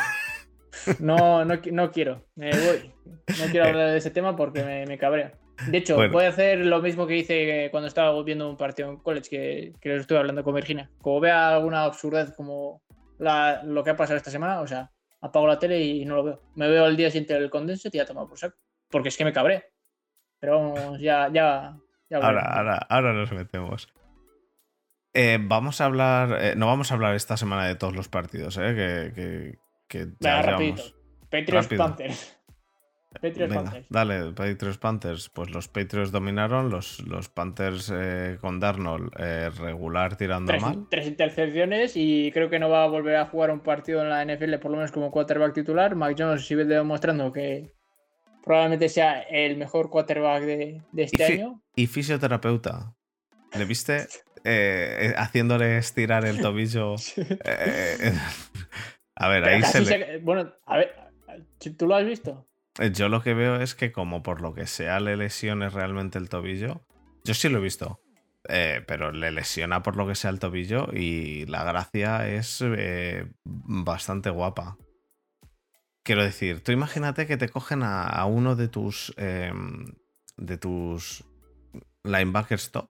No, no, qui- no quiero, me voy. No quiero Eh, hablar de ese tema porque me, me cabrea. De hecho, bueno, voy a hacer lo mismo que hice cuando estaba viendo un partido en college, que, que lo estuve hablando con Virginia. Como vea alguna absurdez como la- lo que ha pasado esta semana, o sea, apago la tele y no lo veo. Me veo al día siguiente el Condensed y ya tomado por saco. Porque es que me cabrea. Pero vamos, ya, ya, ya ahora, hablaremos de ello. ahora, ahora nos metemos. Eh, vamos a hablar. Eh, no vamos a hablar esta semana de todos los partidos, ¿eh? Que, que, que ya Venga, rapidito. llevamos. Patriots Rápido. Panthers. Patriots Venga, Panthers. dale, Patriots Panthers. Pues los Patriots dominaron, los, los Panthers eh, con Darnold eh, regular tirando a Tres, mal. tres intercepciones y creo que no va a volver a jugar un partido en la N F L, por lo menos como quarterback titular. Mac Jones sigue demostrando que probablemente sea el mejor quarterback de, de Y, este fi- año. y fisioterapeuta. ¿Le viste eh, eh, haciéndole estirar el tobillo? Eh, eh, a ver, Pero ahí se casi le. se... Bueno, a ver, ¿tú lo has visto? eh, Yo lo que veo es que, como por lo que sea le lesione realmente el tobillo. Yo sí lo he visto. eh, pero le lesiona por lo que sea el tobillo y la gracia es eh, bastante guapa. Quiero decir, tú imagínate que te cogen a, a uno de tus. em, de tus linebackers top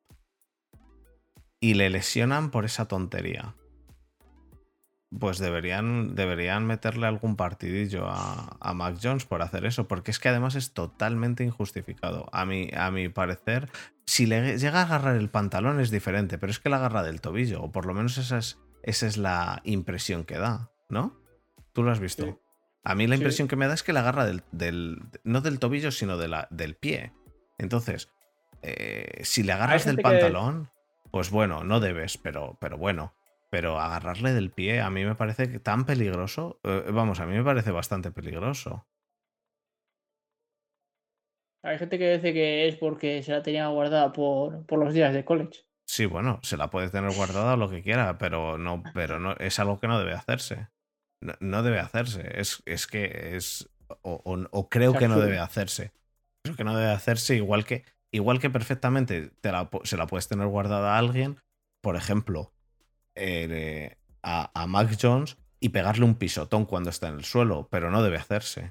y le lesionan por esa tontería. Pues deberían, deberían meterle algún partidillo a, a Mac Jones por hacer eso, porque es que además es totalmente injustificado. A mi, a mi parecer, si le llega a agarrar el pantalón es diferente, pero es que la agarra del tobillo, o por lo menos esa es, esa es la impresión que da, ¿no? Tú lo has Sí, visto. A mí la sí. impresión que me da es que la agarra del, del no del tobillo, sino de la, del pie. Entonces, eh, si le Hay agarras del gente que... pantalón, pues bueno, no debes, pero, pero bueno. Pero agarrarle del pie a mí me parece que tan peligroso. eh, vamos, a mí me parece bastante peligroso. Hay gente que dice que es porque se la tenía guardada por, por los días de college. Sí, bueno, se la puede tener guardada o lo que quiera, pero no, pero no, es algo que no debe hacerse. No, no debe hacerse. Es, es que es. O, o- o Es creo que no debe absurdo. hacerse. Creo que no debe hacerse, igual que, igual que perfectamente te la pu- se la puedes tener guardada a alguien, por ejemplo, eh, a, a Mac Jones y pegarle un pisotón cuando está en el suelo, pero no debe hacerse.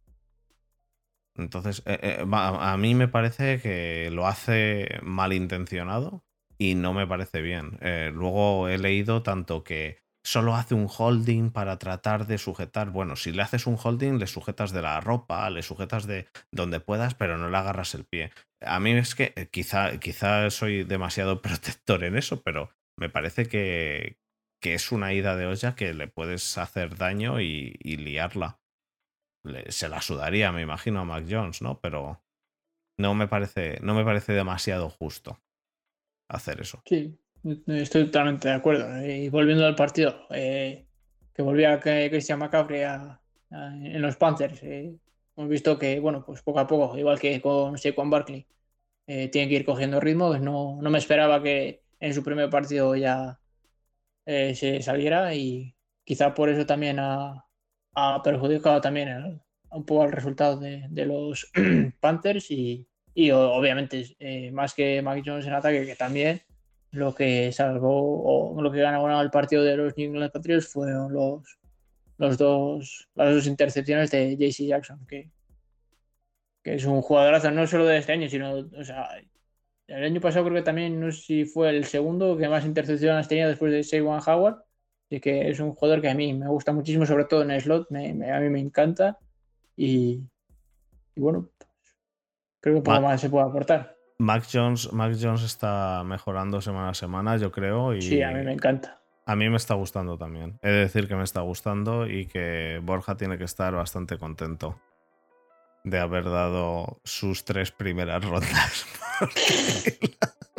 Entonces, eh, eh, va- a mí me parece que lo hace malintencionado y no me parece bien. Eh, luego he leído tanto que solo hace un holding para tratar de sujetar. Bueno, si le haces un holding, le sujetas de la ropa, le sujetas de donde puedas, pero no le agarras el pie. A mí es que eh, quizá, quizá soy demasiado protector en eso, pero me parece que, que es una ida de olla que le puedes hacer daño y, y liarla. Le- se la sudaría, me imagino, a Mac Jones, ¿no? Pero no me parece, no me parece demasiado justo hacer eso. Sí, estoy totalmente de acuerdo. Y volviendo al partido, eh, que volvía que Christian McCaffrey a- a- en los Panthers, eh, hemos visto que, bueno, pues poco a poco, igual que con Saquon Barkley, eh, tiene que ir cogiendo ritmo. Pues no, no me esperaba que en su primer partido ya eh, se saliera y quizá por eso también ha, ha perjudicado también el- un poco el resultado de, de los Panthers y, y o- obviamente eh, más que Mac Jones en ataque, que también lo que salvó o lo que ganó el partido de los New England Patriots fueron los, los dos, las dos intercepciones de J C Jackson, que, que es un jugadorazo no solo de este año, sino, o sea, el año pasado creo que también, no sé si fue el segundo que más intercepciones tenía después de Saquon Howard. Así que es un jugador que a mí me gusta muchísimo, sobre todo en el slot, me- me- a mí me encanta. Y, y bueno, creo que poco Mac, más se puede aportar. Mac Jones, Mac Jones está mejorando semana a semana, yo creo, Sí, a mí y me encanta. a mí me está gustando también. He de decir que me está gustando y que Borja tiene que estar bastante contento de haber dado sus tres primeras rondas. Porque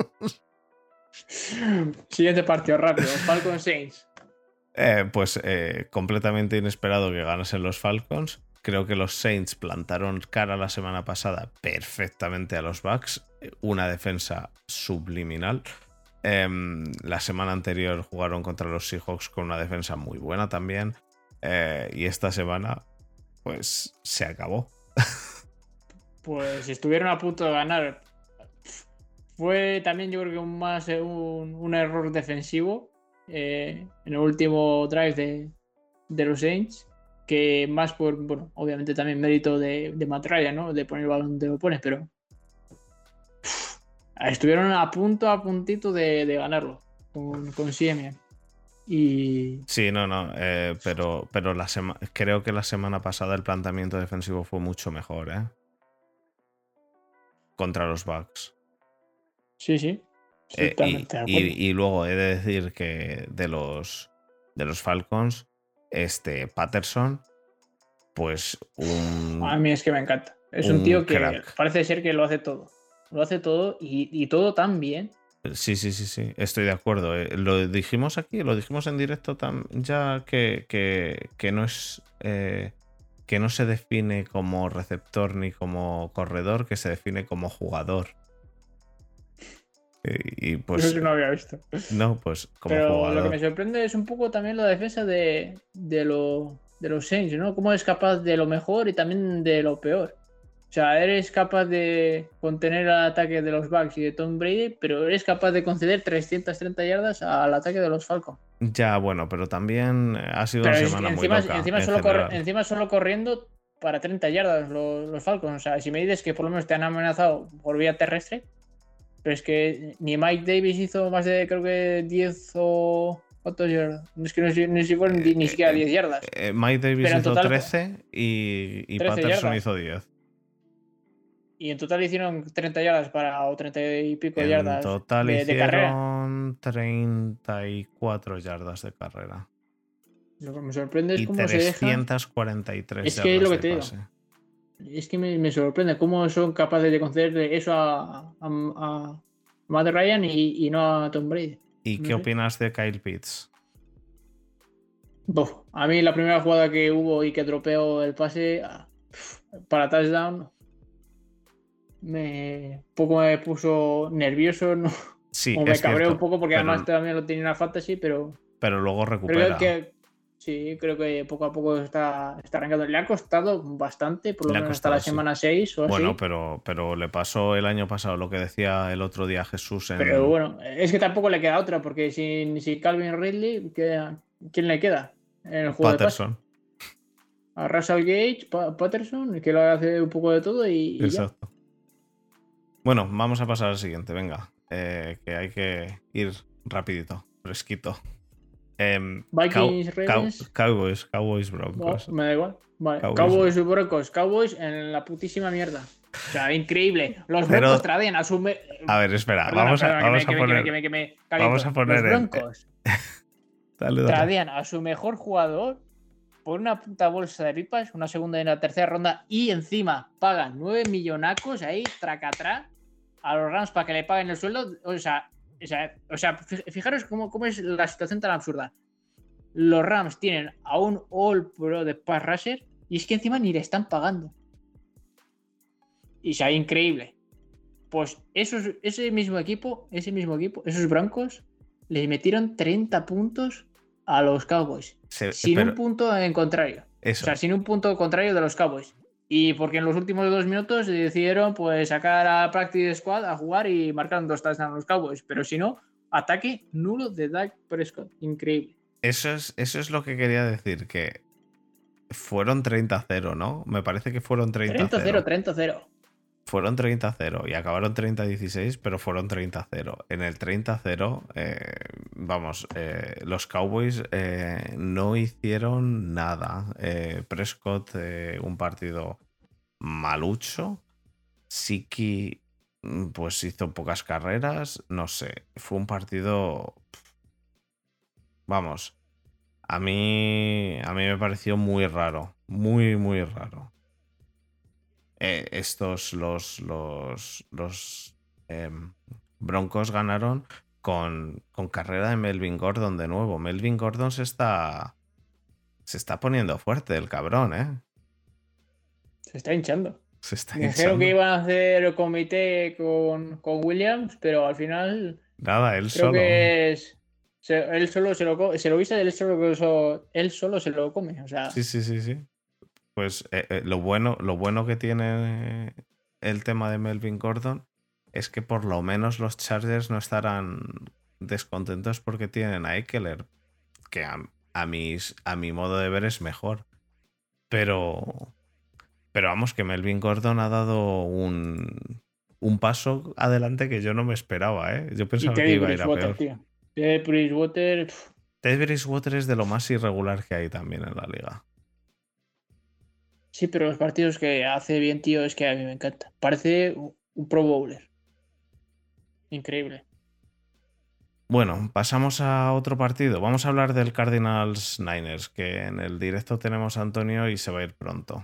Siguiente partido rápido, Falcon Saints. Eh, pues eh, completamente inesperado que ganasen los Falcons. Creo que los Saints plantaron cara la semana pasada perfectamente a los Bucks. Una defensa subliminal. Em, la semana anterior jugaron contra los Seahawks con una defensa muy buena también. Eh, y esta semana, pues se acabó. Pues estuvieron a punto de ganar. Fue también, yo creo que un más eh, un, un error defensivo. eh, en el último drive de, de los Saints, que más por, bueno, obviamente también mérito de, de Matt Ryan, ¿no? De poner el balón donde lo pones, pero pff, estuvieron a punto, a puntito de, de ganarlo con, con Siemian. Y... Sí, no, no, eh, pero, pero la sema- creo que la semana pasada el planteamiento defensivo fue mucho mejor, ¿eh? Contra los Bucks. Sí, sí. Eh, y, Totalmente de acuerdo. y, y luego he de decir que de los, de los Falcons, este Patterson, pues un, A mí es que me encanta. Es un un tío que crack. parece ser que lo hace todo. Lo hace todo y, y todo tan bien. Sí, sí, sí, sí, estoy de acuerdo. eh. Lo dijimos aquí, lo dijimos en directo tam- ya que, que, que no es eh, que no se define como receptor ni como corredor, que se define como jugador. Y, y, pues Eso sí no lo había visto. no, pues como Pero lo que me jugador. sorprende es un poco también la defensa de, de, lo, de los Saints, ¿no? Cómo es capaz de lo mejor y también de lo peor. O sea, eres capaz de contener el ataque de los Bucks y de Tom Brady, pero eres capaz de conceder trescientas treinta yardas al ataque de los Falcons. Ya, bueno, pero también ha sido Pero una es que semana muy encima, loca encima, en solo corre- general. encima solo corriendo para treinta yardas los, los Falcons. O sea, si me dices que por lo menos te han amenazado por vía terrestre, pero es que ni Mike Davis hizo más de, creo que diez o... ¿Cuántos yardas? Es que no sé, no sé si fueron Eh, ni eh, siquiera diez yardas. eh, Mike Davis Pero en hizo total, trece y, y trece Patterson yardas. hizo diez. Y en total hicieron treinta yardas para, o treinta y pico En yardas total de, de carrera. hicieron treinta y cuatro yardas de carrera. Lo que me sorprende es Y cómo se dejan. trescientas cuarenta y tres Es que es lo yardas que de te digo. pase. Es que me, me sorprende cómo son capaces de conceder eso a, a, a Matt Ryan y, y no a Tom Brady. ¿Y No qué sé. opinas de Kyle Pitts? Buf, a mí la primera jugada que hubo y que dropeó el pase ah, para touchdown me poco me puso nervioso, ¿no? Sí, O me es cabreó un cierto, poco porque además pero, también lo tenía en la fantasy, pero pero luego creo recupera. que sí, creo que poco a poco está, está arrancando. Le ha costado bastante, por lo Le ha menos hasta la costado, sí. semana seis o Bueno, así. pero, pero le pasó el año pasado lo que decía el otro día Jesús Pero en bueno, es que tampoco le queda otra, porque sin, sin Calvin Ridley, ¿qué- ¿quién le queda en el juego de pase? Patterson. A Russell Gage, Pa- Patterson, que lo hace un poco de todo y, y ya. Exacto. Bueno, vamos a pasar al siguiente, venga. eh, que hay que ir rapidito, fresquito. Em, Cow- Vikings, Cow- Ravens, Cowboys, Cowboys, no, Broncos. me da igual. Vale, Cowboys, Cowboys y Broncos, Cowboys en la putísima mierda. O sea, increíble. Los Pero- Broncos traen a su... me- A ver, espera, Perdona, vamos a, perdona, que vamos me- que a me- que me- poner. que me- que me caliento. Vamos a poner Los en- Broncos Dale, dale. traían a su mejor jugador por una puta bolsa de pipas, una segunda y una tercera ronda, y encima pagan nueve millonacos ahí, tracatrá, a los Rams para que le paguen el sueldo. O sea, o sea, o sea fijaros cómo, cómo es la situación tan absurda. Los Rams tienen a un All Pro de pass rusher y es que encima ni le están pagando. Y o sea, increíble. Pues esos, ese mismo equipo, ese mismo equipo, esos Broncos, les metieron treinta puntos a los Cowboys. Se- sin pero- un punto en contrario. Eso. O sea, sin un punto contrario de los Cowboys. Y porque en los últimos dos minutos decidieron pues sacar a Practice Squad a jugar y marcaron dos touchdowns a los Cowboys. Pero si no, ataque nulo de Dak Prescott. Increíble. Eso es, eso es lo que quería decir, que fueron treinta a cero, ¿no? Me parece que fueron treinta a treinta cero. cero, treinta cero. Fueron treinta a cero y acabaron treinta a dieciséis, pero fueron treinta a cero. En el treinta a cero, eh, vamos, eh, los Cowboys eh, no hicieron nada. Eh, Prescott, eh, un partido malucho. Siki, pues hizo pocas carreras. No sé, fue un partido... Vamos, a mí, a mí me pareció muy raro, muy, muy raro. Eh, estos, los, los, los eh, Broncos ganaron con, con carrera de Melvin Gordon de nuevo. Melvin Gordon se está, se está poniendo fuerte, el cabrón, ¿eh? Se está hinchando. Se está Dijeron hinchando. que iban a hacer el comité con, con Williams, pero al final Nada, él creo solo. que es... Se, él solo se lo come, se lo guisa y él solo, él solo se lo come. O sea, Sí, sí, sí, sí. Pues eh, eh, lo, bueno, lo bueno que tiene el tema de Melvin Gordon es que por lo menos los Chargers no estarán descontentos porque tienen a Ekeler, que a, a, mis, a mi modo de ver es mejor. Pero, pero vamos, que Melvin Gordon ha dado un, un paso adelante que yo no me esperaba, ¿eh? Yo pensaba que iba a ir a peor. Tío. Teddy Bridgewater... Pff. Teddy Bridgewater es de lo más irregular que hay también en la liga. Sí, pero los partidos que hace bien, tío, es que a mí me encanta. Parece un Pro Bowler. Increíble. Bueno, pasamos a otro partido. Vamos a hablar del Cardinals Niners, que en el directo tenemos a Antonio y se va a ir pronto.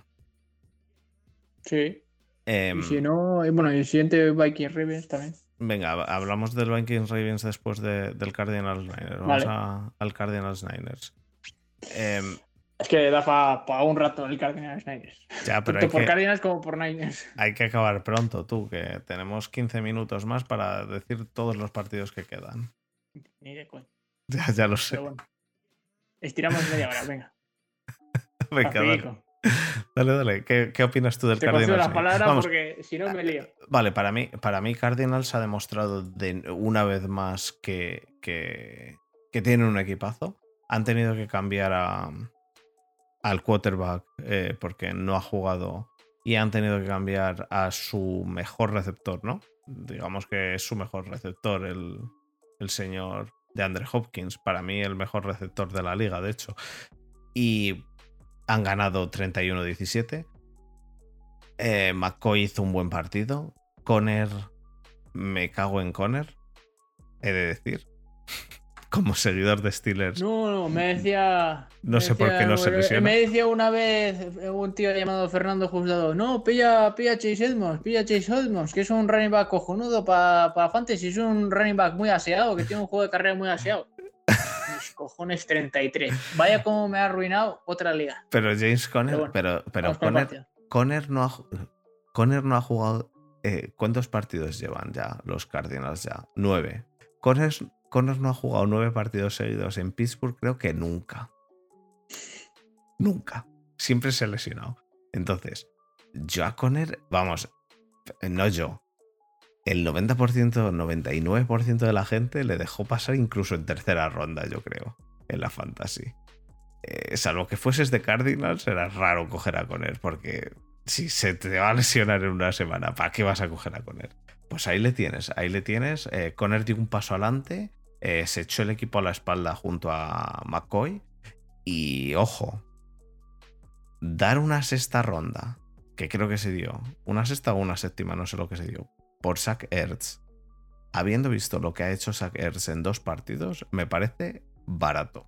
Sí. Eh, y si no, bueno, y el siguiente Vikings Ravens también. Venga, hablamos del Vikings Ravens después de, del Cardinals Niners. Vamos vale. a, al Cardinals Niners. Eh, es que da para pa un rato el Cardinals Niners. Ya, pero Tanto hay por que, Cardinals como por Niners. Hay que acabar pronto, tú, que tenemos quince minutos más para decir todos los partidos que quedan. Ni de coño. Ya, ya lo sé. Pero bueno. Estiramos media hora, venga. Venga, dale. Dale, dale. ¿Qué, qué opinas tú del Te Cardinals? Te la palabra Vamos. Porque si no me lío. Vale, para mí, para mí Cardinals ha demostrado de una vez más que, que, que tienen un equipazo. Han tenido que cambiar a, al quarterback eh, porque no ha jugado y han tenido que cambiar a su mejor receptor, ¿no? Digamos que es su mejor receptor, el, el señor DeAndre Hopkins. Para mí el mejor receptor de la liga, de hecho. Y han ganado treinta y uno a diecisiete. Eh, McCoy hizo un buen partido. Conner, me cago en Conner, he de decir. Como seguidor de Steelers. No, no, me decía... No me sé decía, por qué no se lesiona. Me decía una vez un tío llamado Fernando Juzgado, no, pilla, pilla Chase Edmonds, pilla Chase Edmonds, que es un running back cojonudo para pa Fantasy, es un running back muy aseado, que tiene un juego de carrera muy aseado. Mis cojones, treinta y tres. Vaya como me ha arruinado otra liga. Pero James Conner, pero, bueno, pero, pero Conner, Conner, no ha, Conner no ha jugado... Eh, ¿Cuántos partidos llevan ya los Cardinals ya? Nueve. Conner... Conner no ha jugado nueve partidos seguidos en Pittsburgh, creo que nunca. Nunca. Siempre se ha lesionado. Entonces, yo a Conner, vamos, no yo, el noventa por ciento, noventa y nueve por ciento de la gente le dejó pasar incluso en tercera ronda, yo creo, en la fantasy. Eh, salvo que fueses de Cardinals, era raro coger a Conner, porque si se te va a lesionar en una semana, ¿para qué vas a coger a Conner? Pues ahí le tienes, ahí le tienes. Eh, Conner dio un paso adelante, eh, se echó el equipo a la espalda junto a McCoy y, ojo, dar una sexta ronda, que creo que se dio, una sexta o una séptima, no sé lo que se dio, por Zach Ertz, habiendo visto lo que ha hecho Zach Ertz en dos partidos, me parece barato.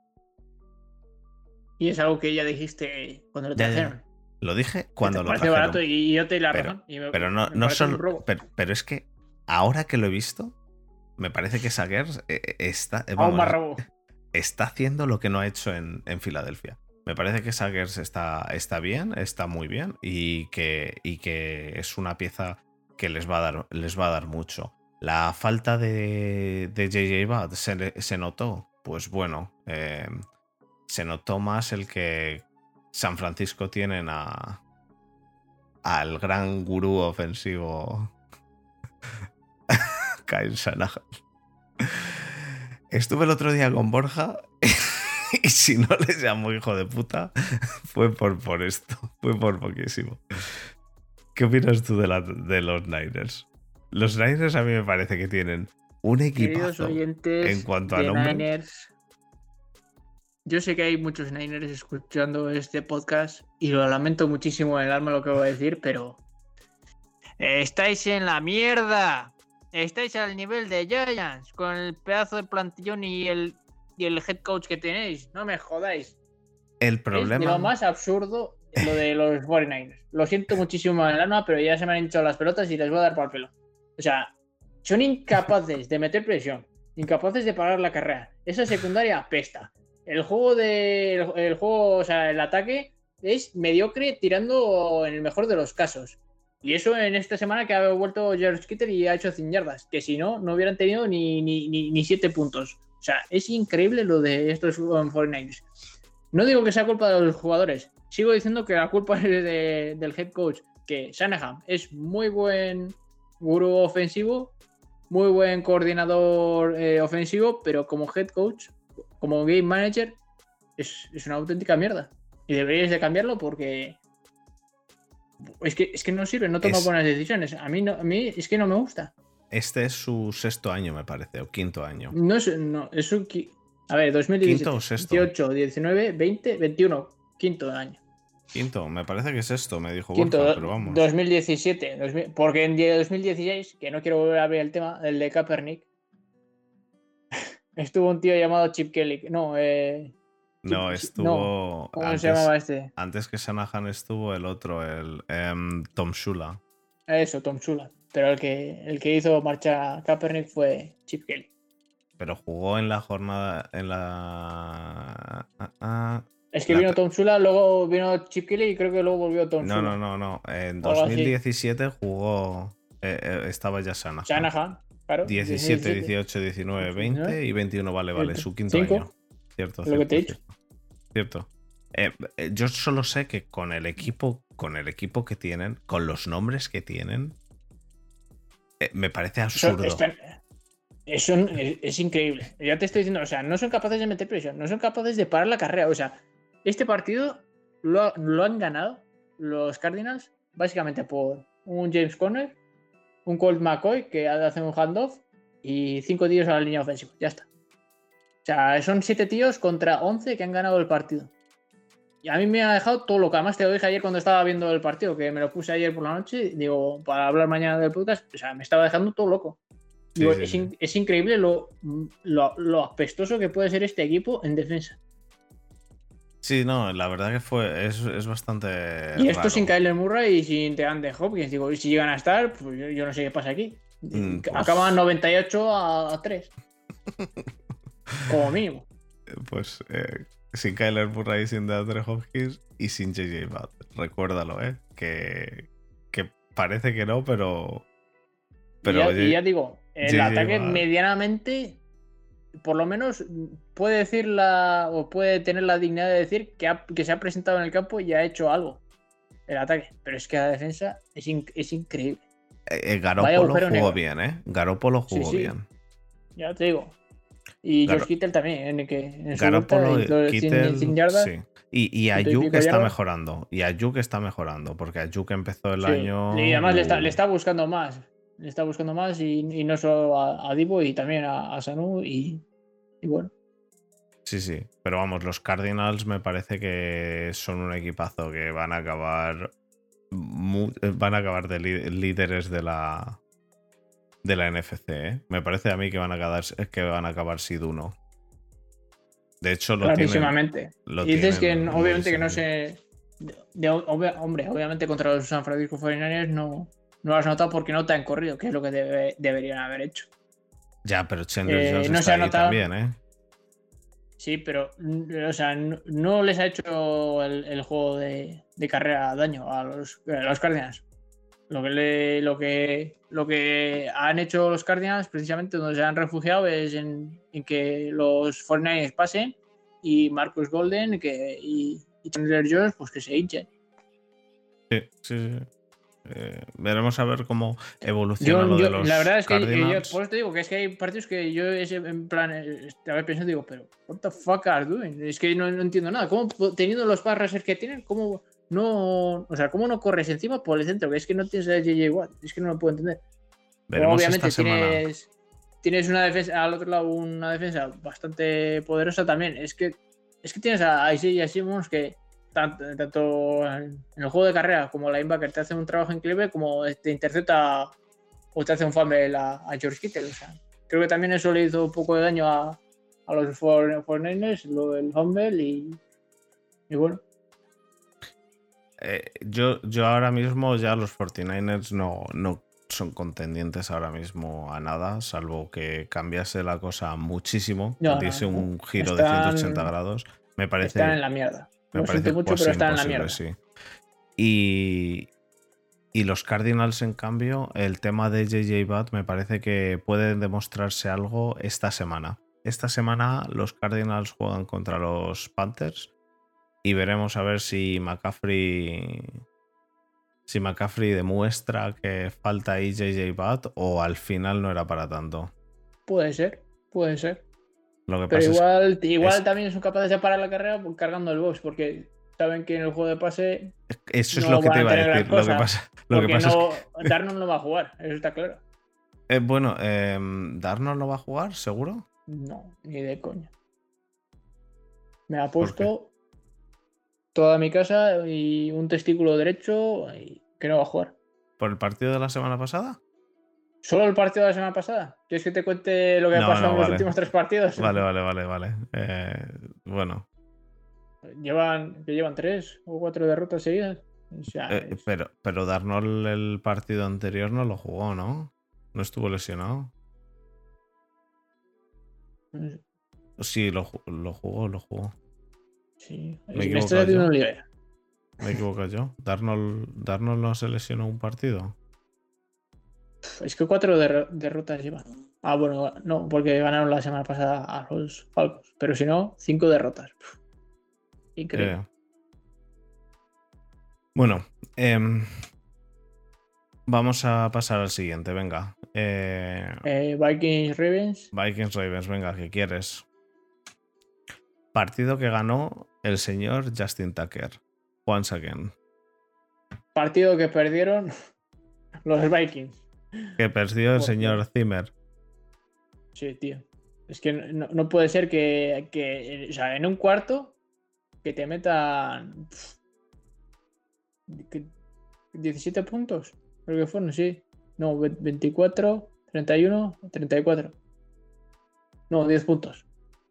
Y es algo que ya dijiste cuando lo trajeron. Lo dije cuando lo trajeron. Me parece barato y yo te di la pero, razón. Y me, pero no, me no solo. Pero, pero es que ahora que lo he visto, me parece que Zach Ertz está, vamos, está haciendo lo que no ha hecho en, en Filadelfia. Me parece que Zach Ertz está, está bien, está muy bien y que, y que es una pieza que les va a dar, les va a dar mucho. La falta de, de J J Watt se, se notó. Pues bueno, eh, se notó más el que San Francisco tienen a al gran gurú ofensivo Kyle Shanahan. Estuve el otro día con Borja y si no les llamo hijo de puta fue por, por esto, fue por poquísimo. ¿Qué opinas tú de, la, de los Niners? Los Niners a mí me parece que tienen un equipazo en cuanto a nombre. Niners. Yo sé que hay muchos Niners escuchando este podcast y lo lamento muchísimo en el alma lo que voy a decir, pero estáis en la mierda. Estáis al nivel de Giants con el pedazo de plantillón y el, y el head coach que tenéis. No me jodáis. El problema... Es lo más absurdo lo de los cuarenta y nueve ers. Lo siento muchísimo en el alma, pero ya se me han hinchado las pelotas y les voy a dar por el pelo. O sea, son incapaces de meter presión, incapaces de parar la carrera. Esa secundaria apesta. El juego de. El, el juego, o sea, el ataque es mediocre tirando en el mejor de los casos. Y eso en esta semana que ha vuelto George Kittle y ha hecho cien yardas. Que si no, no hubieran tenido ni, ni, ni, ni siete puntos. O sea, es increíble lo de estos cuarenta y nueve ers. No digo que sea culpa de los jugadores. Sigo diciendo que la culpa es de, del head coach. Que Shanahan es muy buen gurú ofensivo, muy buen coordinador eh, ofensivo, pero como head coach, como game manager, es, es una auténtica mierda. Y deberíais de cambiarlo porque es que, es que no sirve, no toma Es- buenas decisiones. A mí, no, a mí es que no me gusta. Este es su sexto año, me parece, o quinto año. No es, no, es un... qui- A ver, ¿Quinto dos mil diecisiete, o sexto? dieciocho, diecinueve, veinte, veintiuno. Quinto año. Quinto, me parece que es esto, me dijo Quinto, Borja, do- pero vamos. dos mil diecisiete. dos mil porque en die- dos mil dieciséis, que no quiero volver a abrir el tema, el de Kaepernick, estuvo un tío llamado Chip Kelly. No, eh... Chip- No, no, estuvo ¿cómo antes, se llamaba este? antes que Shanahan estuvo el otro, el em, Tom Shula. Eso, Tom Shula. Pero el que, el que hizo marcha a Kaepernick fue Chip Kelly. Pero jugó en la jornada, en la... ah, ah, Es que la vino te- Tom Shula, luego vino Chip Kelly y creo que luego volvió Tom No, Shula. no, no, no. En O algo así. dos mil diecisiete jugó, eh, eh, estaba ya Shanahan. Shanahan, claro. diecisiete, dieciocho, diecinueve, veinte y veintiuno, vale, vale, su quinto Cinco. año. Cierto, Lo cierto. que te he dicho. Cierto. Cierto. Eh, eh, yo solo sé que con el equipo, con el equipo que tienen, con los nombres que tienen, eh, me parece Eso, absurdo. están- eso es, es increíble. Ya te estoy diciendo, o sea, no son capaces de meter presión, no son capaces de parar la carrera. O sea, este partido lo, ha- lo han ganado los Cardinals básicamente por un James Conner, un Colt McCoy que hace un handoff y cinco tíos a la línea ofensiva. Ya está. O sea, son siete tíos contra once que han ganado el partido. Y a mí me ha dejado todo loco. Además, te lo dije ayer cuando estaba viendo el partido, que me lo puse ayer por la noche. Digo, para hablar mañana del podcast, o sea, me estaba dejando todo loco. Sí, Digo, sí, es, sí. in- es increíble lo, lo, lo apestoso que puede ser este equipo en defensa. Sí, no, la verdad que fue, es, es bastante. Y esto raro. sin Kyler Murray y sin DeAndre Hopkins. Digo, y si llegan a estar, pues yo, yo no sé qué pasa aquí. Mm, pues- Acaban noventa y ocho a tres. Como mínimo. Pues eh, sin Kyler Murray, sin DeAndre Hopkins y sin J J Watt. Recuérdalo, ¿eh? Que, que parece que no, pero. Pero y, ya, J- y ya digo, el J J ataque Watt. medianamente, por lo menos, puede decir la, o puede tener la dignidad de decir que, ha- que se ha presentado en el campo y ha hecho algo. El ataque. Pero es que la defensa es, in- es increíble. eh, eh, Vaya Garoppolo agujero jugó negro. bien, ¿eh? Garoppolo Sí, jugó sí. bien. Ya te digo. Y Garo- George Kittle también, en el que en su Garoppolo, vuelta hizo cien- Kittel, cien yardas. sí. Y, y ciento y Ayuk pico está yardas. mejorando. Y Ayuk está mejorando. Porque Ayuk empezó el Sí. año. Y además le está, uh, le está buscando más. Le está buscando más y, y no solo a, a Divo y también a, a Sanu y, y bueno. Sí, sí. Pero vamos, los Cardinals me parece que son un equipazo que van a acabar. mu- van a acabar de li- líderes de la. De la N F C, ¿eh? Me parece a mí que van a acabar, que van a acabar seed uno. De hecho, lo tienen. Clarísimamente. lo Y dices que tienen no- muy obviamente que no sencillo. se. de- de- obvia- hombre, obviamente contra los San Francisco cuarenta y nueve no, no lo has notado porque no te han corrido, que es lo que debe- deberían haber hecho. Ya, pero Chandler Eh, Jones no se está ha ahí notado. también, ¿eh? Sí, pero mm, o sea, no, no les ha hecho el, el juego de, de carrera daño a los, a los Cardinals. Lo que, le- lo, que, lo que han hecho los Cardinals, precisamente donde se han refugiado, es en, en que los cuarenta y nueve pasen y Marcus Golden que, y, y Chandler Jones pues que se hinchen. Sí, sí, sí. Eh, veremos a ver cómo evoluciona Yo, lo yo- de los la verdad es que yo, Cardinals. por eso te digo que es que hay partidos que yo ese, en plan eh, estaba pensando digo, pero what the fuck are you doing? Es que no, no entiendo nada. ¿Cómo teniendo los pass rushers que tienen, cómo no, o sea, cómo no corres encima por el centro? Que es que no tienes a J J Watt, es que no lo puedo entender. Veremos Obviamente esta semana. tienes, tienes una defensa, al otro lado una defensa bastante poderosa también. Es que es que tienes a Isaiah Simmons que tanto, tanto en el juego de carrera como la linebacker te hace un trabajo increíble, como te intercepta o te hace un fumble a, a George Kittle. O sea, creo que también eso le hizo un poco de daño a, a los cuarenta y nueve ers, lo del fumble y, y bueno. Eh, yo, yo ahora mismo ya los cuarenta y nueve ers no, no son contendientes ahora mismo a nada, salvo que cambiase la cosa muchísimo, No, no, diese no. un giro Están- de ciento ochenta grados. Me parece, Están en la mierda. me Lo parece siento mucho, casi pero están en la imposible, mierda. sí. Y, y los Cardinals, en cambio, el tema de J J Watt me parece que puede demostrarse algo esta semana. Esta semana los Cardinals juegan contra los Panthers y veremos a ver si McCaffrey si McCaffrey demuestra que falta ahí J J Watt o al final no era para tanto. Puede ser, puede ser. Lo que Pero pasa igual, es, igual es también son capaces de parar la carrera cargando el box, porque saben que en el juego de pase eso es no lo que van te a iba a tener gran decir. Lo que cosa, pasa, lo que porque pasa no, es que. Darnold no va a jugar, eso está claro. Eh, bueno, eh, ¿Darnold no va a jugar, seguro? No, ni de coña. Me ha ¿Por qué? puesto toda mi casa y un testículo derecho y que no va a jugar. ¿Por el partido de la semana pasada? ¿Solo el partido de la semana pasada? ¿Quieres que te cuente lo que ha No, pasado no, en los vale. últimos tres partidos? Vale, vale, vale, vale. Eh, bueno, Llevan, que llevan tres o cuatro derrotas seguidas. O sea, eh, es- pero, pero Darnold el partido anterior no lo jugó, ¿no? No estuvo lesionado. es- Sí, lo, ju- lo jugó, lo jugó. sí, ¿Me he me estás equivocado haciendo un yo? lío. ¿Me he equivocado yo? ¿Darnold, Darnold no se lesionó un partido? Es que cuatro derro- derrotas llevan. Ah, bueno, no, porque ganaron la semana pasada a los Falcons. Pero si no, cinco derrotas. Pff, increíble. Eh, bueno, em, vamos a pasar al siguiente, venga. Eh, Eh, Vikings Ravens. Vikings Ravens, venga, ¿qué quieres? Partido que ganó el señor Justin Tucker. Once again. Partido que perdieron los Vikings. Que perdió el Porque- señor Zimmer. Sí, tío. Es que no, no puede ser que, que, o sea, en un cuarto que te metan pf, que- diecisiete puntos. Creo que fueron, sí. No, ve- veinticuatro, treinta y uno, treinta y cuatro. No, diez puntos.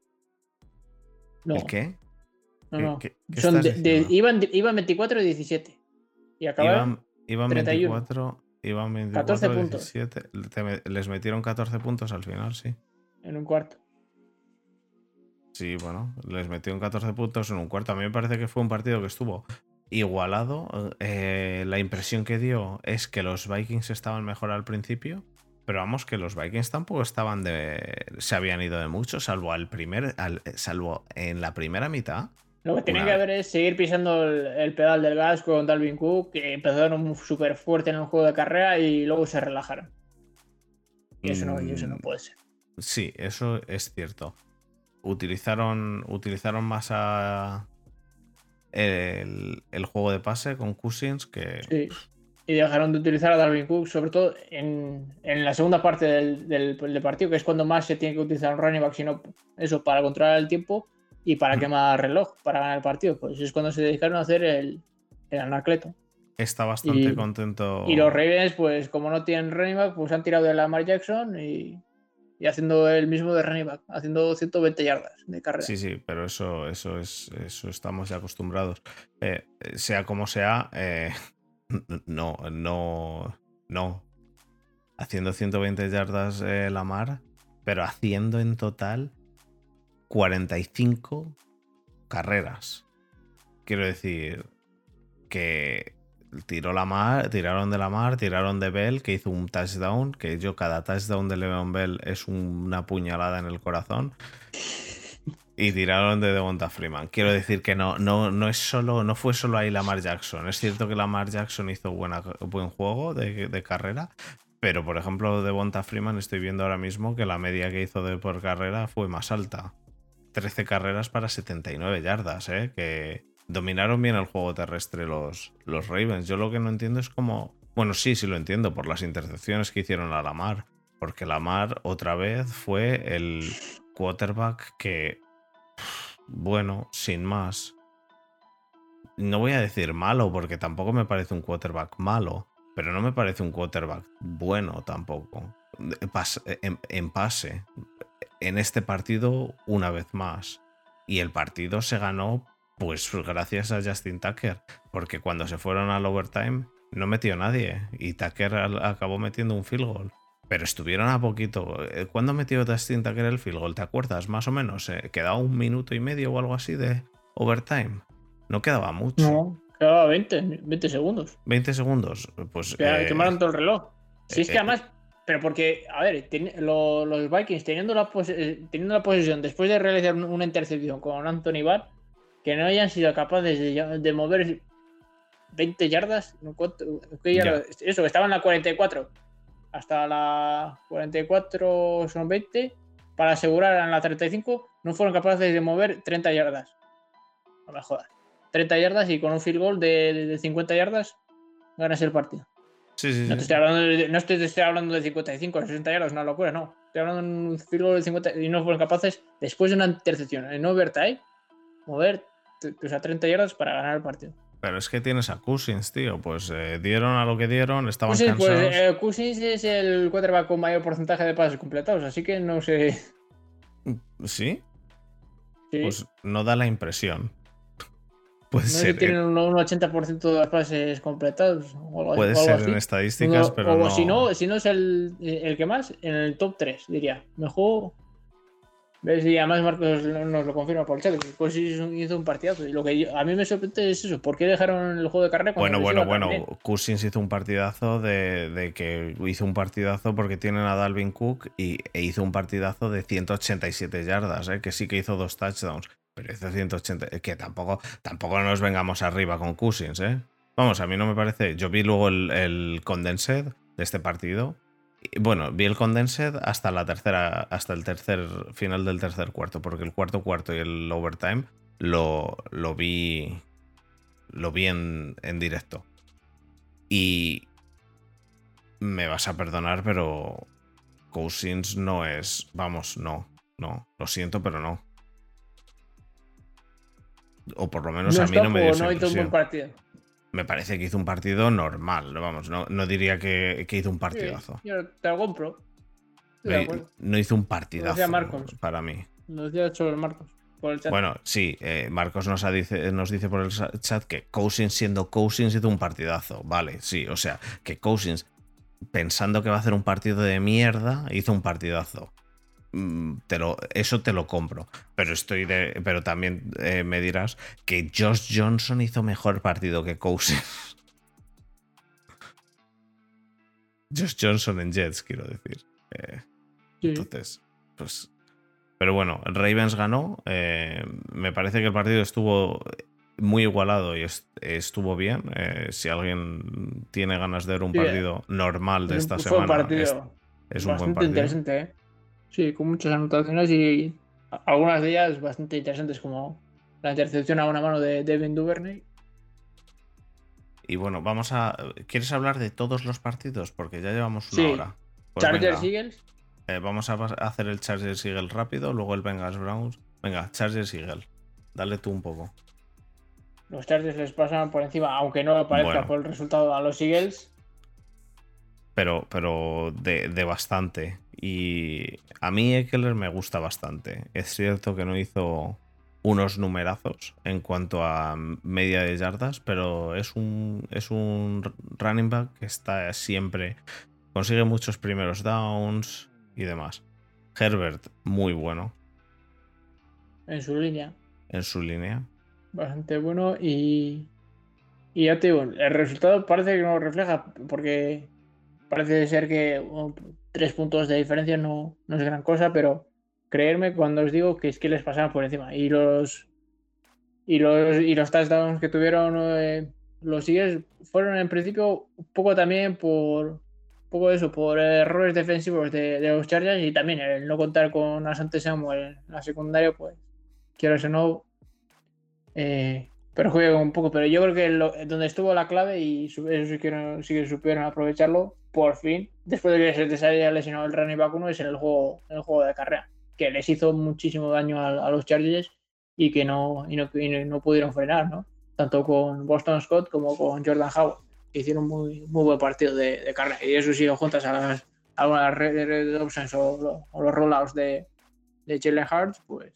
No, ¿El qué? no, ¿Qué, no. qué- qué Son estás de- de- diciendo? iban, iban veinticuatro y diecisiete. Y acabaron Iban, iban treinta y uno. veinticuatro, iban catorce veinticuatro, puntos diecisiete. Te me- les metieron catorce puntos al final, sí. en un cuarto. Sí, bueno, les metieron catorce puntos en un cuarto. A mí me parece que fue un partido que estuvo igualado. Eh, la impresión que dio es que los Vikings estaban mejor al principio, pero vamos, que los Vikings tampoco estaban de. Se habían ido de mucho, salvo al primer. Al, salvo en la primera mitad. Lo que tienen Una que vez. hacer es seguir pisando el, el pedal del gas con Dalvin Cook, que empezaron súper fuerte en el juego de carrera y luego se relajaron. Y eso no, y eso no Mm, puede ser. Sí, eso es cierto. Utilizaron, utilizaron más a el, el juego de pase con Cousins que. Sí. Y dejaron de utilizar a Dalvin Cook, sobre todo en, en la segunda parte del, del- del partido, que es cuando más se tiene que utilizar un running back, sino eso, para controlar el tiempo y para Mm. quemar reloj, para ganar el partido. Pues es cuando se dedicaron a hacer el, el anacleto. Está bastante Y- contento. Y los Ravens, pues como no tienen running back, pues han tirado de Lamar Jackson y, y haciendo el mismo de running back, haciendo ciento veinte yardas de carrera. Sí, sí, pero eso, eso es, eso estamos ya acostumbrados. Eh, sea como sea, eh, no, no, no. Haciendo ciento veinte yardas eh, Lamar, pero haciendo en total cuarenta y cinco carreras. Quiero decir que tiró la mar, tiraron de la mar, tiraron de Bell, que hizo un touchdown, que yo cada touchdown de Le'Veon Bell es una puñalada en el corazón. Y tiraron de Devonta Freeman. Quiero decir que no, no, no es solo, no fue solo ahí Lamar Jackson. Es cierto que Lamar Jackson hizo buena, buen juego de, de carrera, pero por ejemplo Devonta Freeman estoy viendo ahora mismo que la media que hizo de por carrera fue más alta. trece carreras para setenta y nueve yardas, ¿eh? Que dominaron bien el juego terrestre los, los Ravens. Yo lo que no entiendo es cómo. Bueno, sí, sí lo entiendo por las intercepciones que hicieron a Lamar. Porque Lamar otra vez fue el quarterback que. Bueno, sin más. No voy a decir malo, porque tampoco me parece un quarterback malo. Pero no me parece un quarterback bueno tampoco. Pas- en, en pase. En este partido, una vez más. Y el partido se ganó, pues gracias a Justin Tucker. Porque cuando se fueron al overtime, no metió nadie. Y Tucker al- acabó metiendo un field goal. Pero estuvieron a poquito. ¿Cuándo metió Justin Tucker el field goal? ¿Te acuerdas? Más o menos. ¿eh? ¿Quedaba un minuto y medio o algo así de overtime? No quedaba mucho. No, quedaba veinte, veinte segundos. veinte segundos. Pues. Que- eh, Quemaron todo el reloj. Si es eh, que además, pero porque, a ver, ten- lo- los Vikings teniendo la, pose- eh, teniendo la posesión después de realizar un- una intercepción con Anthony Barr, que no hayan sido capaces de, ya- de mover veinte yardas. ¿No? ¿Qué yardas? Yeah. Eso, estaba en la cuarenta y cuatro. Hasta la cuarenta y cuatro son veinte. Para asegurar en la treinta y cinco, no fueron capaces de mover treinta yardas. No me jodas. treinta yardas y con un field goal de, de cincuenta yardas ganas el partido. Sí, sí, no, te sí. estoy hablando de, no estoy, te estoy hablando de cincuenta y cinco, sesenta yardas, una locura, no. Estoy hablando de un field goal de cincuenta y no fueron capaces, después de una intercepción en overtime, mover o sea, treinta yardas para ganar el partido. Pero es que tienes a Cousins, tío. Pues eh, dieron a lo que dieron, estaban Cousins, cansados. Pues eh, Cousins es el quarterback con mayor porcentaje de pases completados, así que no sé. ¿Sí? Sí. Pues no da la impresión. Puede no ser. sé si tienen un, un ochenta por ciento de los pases completados o algo, puede o algo ser así. en estadísticas, Uno, pero o no. Si no, si no es el, el que más, en el top tres, diría. Mejor. ¿Ves? Y además Marcos nos lo confirma por el chat. Pues hizo un partidazo. Y lo que yo, a mí me sorprende es eso. ¿Por qué dejaron el juego de carrera cuando Bueno, bueno, bueno. bueno. Cousins hizo un partidazo de, de que hizo un partidazo porque tienen a Dalvin Cook y e hizo un partidazo de ciento ochenta y siete yardas, ¿eh? Que sí que hizo dos touchdowns. Pero hizo ciento ochenta. Que tampoco, tampoco nos vengamos arriba con Cousins, ¿eh? Vamos, a mí no me parece. Yo vi luego el, el condensed de este partido. Bueno, vi el condensed hasta la tercera, hasta el tercer final del tercer cuarto, porque el cuarto cuarto y el overtime lo, lo vi lo vi en, en directo. Y me vas a perdonar, pero Cousins no es, vamos, no, no, lo siento, pero no. O por lo menos no a mí no me dio esa no hizo un buen partido. Me parece que hizo un partido normal, vamos, no, no diría que, que hizo un partidazo. Sí, yo te lo compro. No, no hizo un partidazo Marcos. para mí. Lo decía solo Marcos. Por el chat. Bueno, sí, eh, Marcos nos, dice, nos dice por el chat que Cousins, siendo Cousins, hizo un partidazo. Vale, sí, o sea, que Cousins, pensando que va a hacer un partido de mierda, hizo un partidazo. Te lo, eso te lo compro, pero estoy de, pero también eh, me dirás que Josh Johnson hizo mejor partido que Cousins. Josh Johnson en Jets, quiero decir. Eh, sí. Entonces, pues. Pero bueno, Ravens ganó. Eh, me parece que el partido estuvo muy igualado y est estuvo bien. Eh, si alguien tiene ganas de ver un sí, partido normal de esta fue semana, un partido es, es un buen partido. Interesante, ¿eh? Sí, con muchas anotaciones y algunas de ellas bastante interesantes, como la intercepción a una mano de Devin Duvernay. Y bueno, vamos a. ¿Quieres hablar de todos los partidos? Porque ya llevamos una sí. hora. Pues Chargers Eagles. Eh, vamos a hacer el Chargers Eagles rápido, luego el Bengals Browns. Venga, Chargers Eagles. Dale tú un poco. Los Chargers les pasan por encima, aunque no lo parezca bueno. por el resultado a los Eagles. Pero, pero de, de bastante. Y a mí Ekeler me gusta bastante. Es cierto que no hizo unos numerazos en cuanto a media de yardas, pero es un, es un running back que está siempre, consigue muchos primeros downs y demás. Herbert, muy bueno. En su línea. En su línea. Bastante bueno y, y ya te digo, el resultado parece que no lo refleja porque parece ser que oh, tres puntos de diferencia no, no es gran cosa, pero creerme cuando os digo que es que les pasaban por encima. Y los y los, y los touchdowns que tuvieron eh, los Eagles fueron en principio un poco también por poco eso, por errores defensivos de, de los Chargers y también el no contar con Asante Samuel en la secundaria, pues quiero o no, eh, pero juega un poco. Pero yo creo que lo, donde estuvo la clave, y eso sí que, no, sí que supieron aprovecharlo, por fin, después de que se les haya lesionado el running back uno, es en el juego, en el juego de carrera, que les hizo muchísimo daño a, a los Chargers y que no, y no, y no pudieron frenar, ¿no? Tanto con Boston Scott como con Jordan Howard, que hicieron muy, muy buen partido de, de carrera. Y eso sí, lo juntas a las algunas red, red options o, o los rollouts de, de Jalen Hurts, pues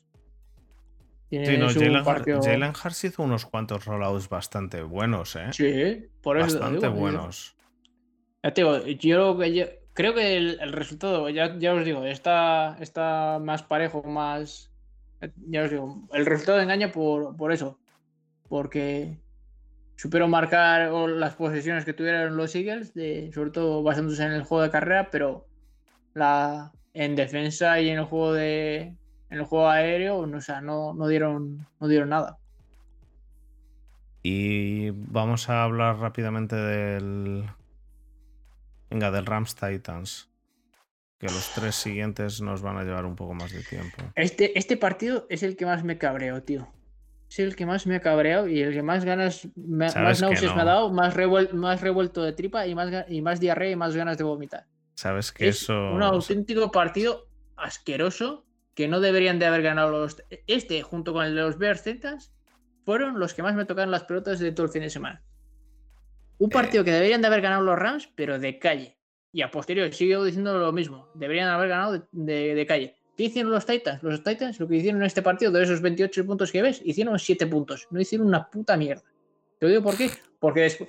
sí, no, Jalen, partido... Jalen Hurts hizo unos cuantos rollouts bastante buenos, ¿eh? Sí, por eso bastante digo, buenos. Ya te digo, yo, yo creo que el, el resultado, ya, ya os digo, está, está más parejo, más... Ya os digo, el resultado engaña por, por eso, porque supieron marcar las posesiones que tuvieron los Eagles, de, sobre todo basándose en el juego de carrera, pero la, en defensa y en el juego de en el juego aéreo, no, o sea, no, no dieron no dieron nada. Y vamos a hablar rápidamente del... Venga, del Rams Titans. Que los tres siguientes nos van a llevar un poco más de tiempo. Este, este partido es el que más me cabreó, tío. Es el que más me ha cabreado y el que más ganas, me, más náuseas no? me ha dado, más, revuel, más revuelto de tripa y más, y más diarrea y más ganas de vomitar. Sabes que es eso... un auténtico partido asqueroso que no deberían de haber ganado los... Este, junto con el de los Bears Zetas, fueron los que más me tocaron las pelotas de todo el fin de semana. Un partido eh... que deberían de haber ganado los Rams, pero de calle. Y a posteriori sigo diciendo lo mismo. Deberían haber ganado de, de, de calle. ¿Qué hicieron los Titans? Los Titans lo que hicieron en este partido, de esos veintiocho puntos que ves, hicieron siete puntos. No hicieron una puta mierda. ¿Te digo por qué? Porque después...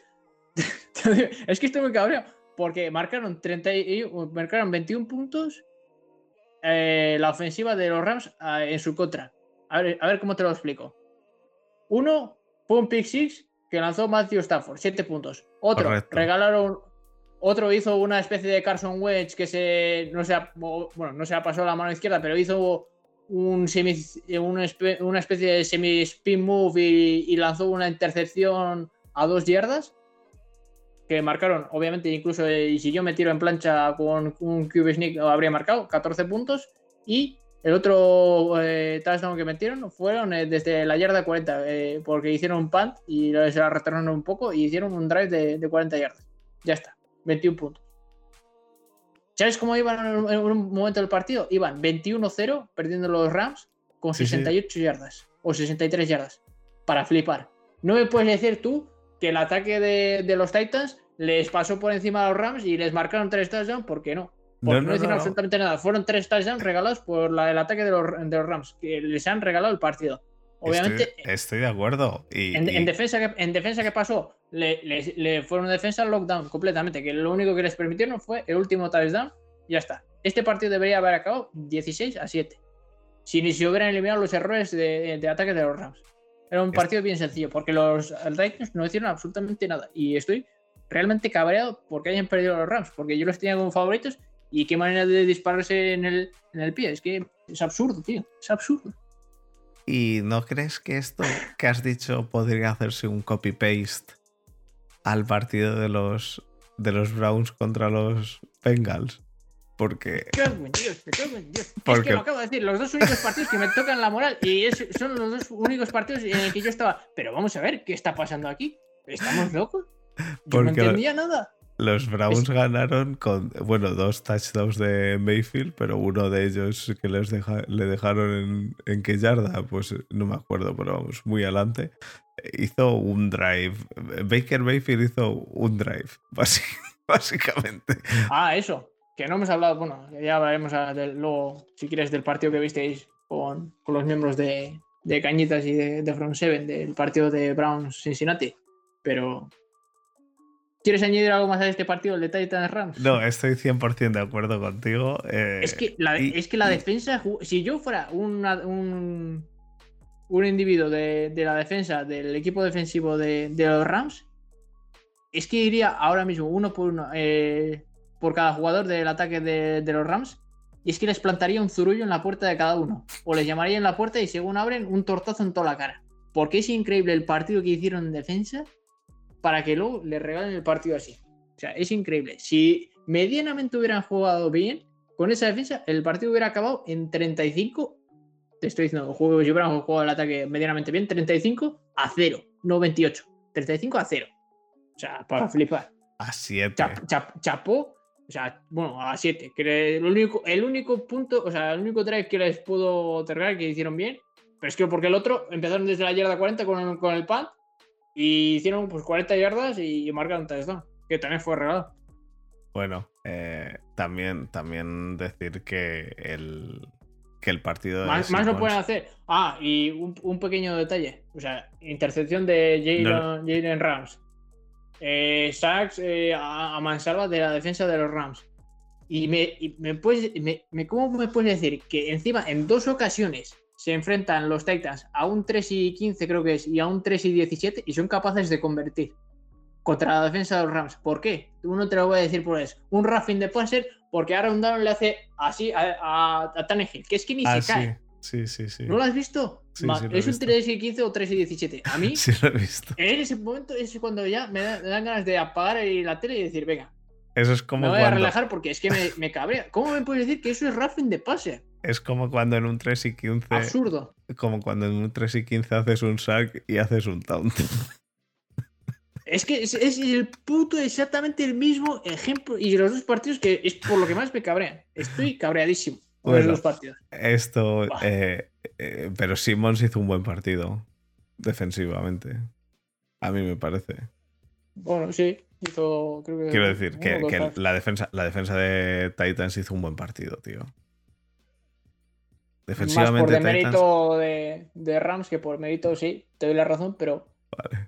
es que estoy muy cabreado. Porque marcaron, treinta y... marcaron veintiún puntos eh, la ofensiva de los Rams eh, en su contra. A ver, a ver cómo te lo explico. Uno fue un pick six que lanzó Matthew Stafford, siete puntos. Otro, Correcto. regalaron... Otro hizo una especie de Carson Wentz que se no se ha, bueno, no se ha pasado la mano izquierda, pero hizo un semi, una, especie, una especie de semi-spin move y, y lanzó una intercepción a dos yardas que marcaron, obviamente, incluso y si yo me tiro en plancha con un Q B sneak habría marcado catorce puntos. Y el otro eh, touchdown que metieron fueron eh, desde la yarda cuarenta eh, porque hicieron un punt y se la retornaron un poco y hicieron un drive de, de cuarenta yardas. Ya está. veintiún puntos. ¿Sabes cómo iban en un momento del partido? Iban veintiuno cero perdiendo los Rams con sí, sesenta y ocho sí. yardas o sesenta y tres yardas. Para flipar. No me puedes decir tú que el ataque de, de los Titans les pasó por encima a los Rams y les marcaron tres touchdowns. ¿Por qué no? Porque no, no, no hicieron no. absolutamente nada. Fueron tres touchdowns regalados por la, el ataque de los, de los Rams, que les han regalado el partido. Obviamente, estoy, estoy de acuerdo. Y, en, y... En, defensa, ¿En defensa qué pasó? Le, le, le fueron defensa al lockdown completamente, que lo único que les permitieron fue el último touchdown y ya está. Este partido debería haber acabado dieciséis a siete. Si ni se hubieran eliminado los errores de, de ataque de los Rams. Era un partido bien sencillo, porque los Titans no hicieron absolutamente nada. Y estoy realmente cabreado porque hayan perdido los Rams, porque yo los tenía como favoritos y qué manera de dispararse en el, en el pie. Es que es absurdo, tío. Es absurdo. ¿Y no crees que esto que has dicho podría hacerse un copy-paste al partido de los, de los Browns contra los Bengals? Porque... ¡Qué buen Dios! ¡Qué buen Dios! Porque... Es que lo acabo de decir, los dos únicos partidos que me tocan la moral y es, son los dos únicos partidos en el que yo estaba... Pero vamos a ver, ¿qué está pasando aquí? ¿Estamos locos? Yo Porque no entendía nada. Los Browns es... ganaron con, bueno, dos touchdowns de Mayfield, pero uno de ellos que les deja, le dejaron en, en qué yarda, pues no me acuerdo, pero vamos, muy adelante. Hizo un drive. Baker Mayfield hizo un drive, básicamente. Ah, eso. Que no hemos hablado, bueno, ya hablaremos de, luego, si quieres, del partido que visteis con, con los miembros de, de Cañitas y de, de Front Seven, del partido de Browns-Cincinnati. Pero... ¿Quieres añadir algo más a este partido, el de Titans Rams? No, estoy cien por ciento de acuerdo contigo. Eh, es, que la, y, es que la defensa, si yo fuera una, un, un individuo de, de la defensa, del equipo defensivo de, de los Rams, es que iría ahora mismo uno por uno eh, por cada jugador del ataque de, de los Rams, y es que les plantaría un zurullo en la puerta de cada uno. O les llamaría en la puerta y según abren, un tortazo en toda la cara. Porque es increíble el partido que hicieron en defensa para que luego le regalen el partido así. O sea, es increíble. Si medianamente hubieran jugado bien, con esa defensa, el partido hubiera acabado en treinta y cinco. Te estoy diciendo, si hubieran jugado el ataque medianamente bien, treinta y cinco a cero, no veintiocho. treinta y cinco a cero. O sea, para flipar. A siete. Chap, chap, chapó. O sea, bueno, a siete. Que el, único, el único punto, o sea, el único drive que les pudo otorgar que hicieron bien, pero es que porque el otro empezaron desde la yarda cuarenta con, con el punt. Y hicieron pues cuarenta yardas y marcaron touchdown, que también fue regalado. Bueno, eh, también, también decir que el, que el partido... Más, más lo pueden hacer. Ah, y un, un pequeño detalle. O sea, intercepción de Jalen no. Rams. Eh, sacks eh, a, a mansalva de la defensa de los Rams. Y me, y me puedes... Me, me, ¿Cómo me puedes decir que encima en dos ocasiones se enfrentan los Titans a un tres y quince creo que es y a un tres y diecisiete y son capaces de convertir contra la defensa de los Rams? ¿Por qué? Uno te lo voy a decir por eso. Un roughing de passer porque Aaron Donald le hace así a, a, a Tannehill, que es que ni ah, se sí. cae. Sí, sí, sí. ¿No lo has visto? Sí, Ma- sí, lo he es un visto. tres y quince o tres y diecisiete. A mí, Sí, lo he visto. en ese momento es cuando ya me, da- me dan ganas de apagar el- la tele y decir, venga, Eso es me como voy a cuando. relajar porque es que me, me cabrea. ¿Cómo me puedes decir que eso es roughing de pase? Es como cuando en un tres y quince. Absurdo. Como cuando en un tres y quince haces un sack y haces un taunt. Es que es, es el puto exactamente el mismo ejemplo. Y los dos partidos que es por lo que más me cabrean. Estoy cabreadísimo con los Bueno, dos partidos. esto. Buah. eh, eh, pero Simmons hizo un buen partido. Defensivamente. A mí me parece. Bueno, sí. Hizo, creo que Quiero decir uno o que, dos que sacks. la, defensa, la defensa de Titans hizo un buen partido, tío. Más por Defensivamente Titans. demérito de, de Rams que por mérito, sí, te doy la razón, pero Vale.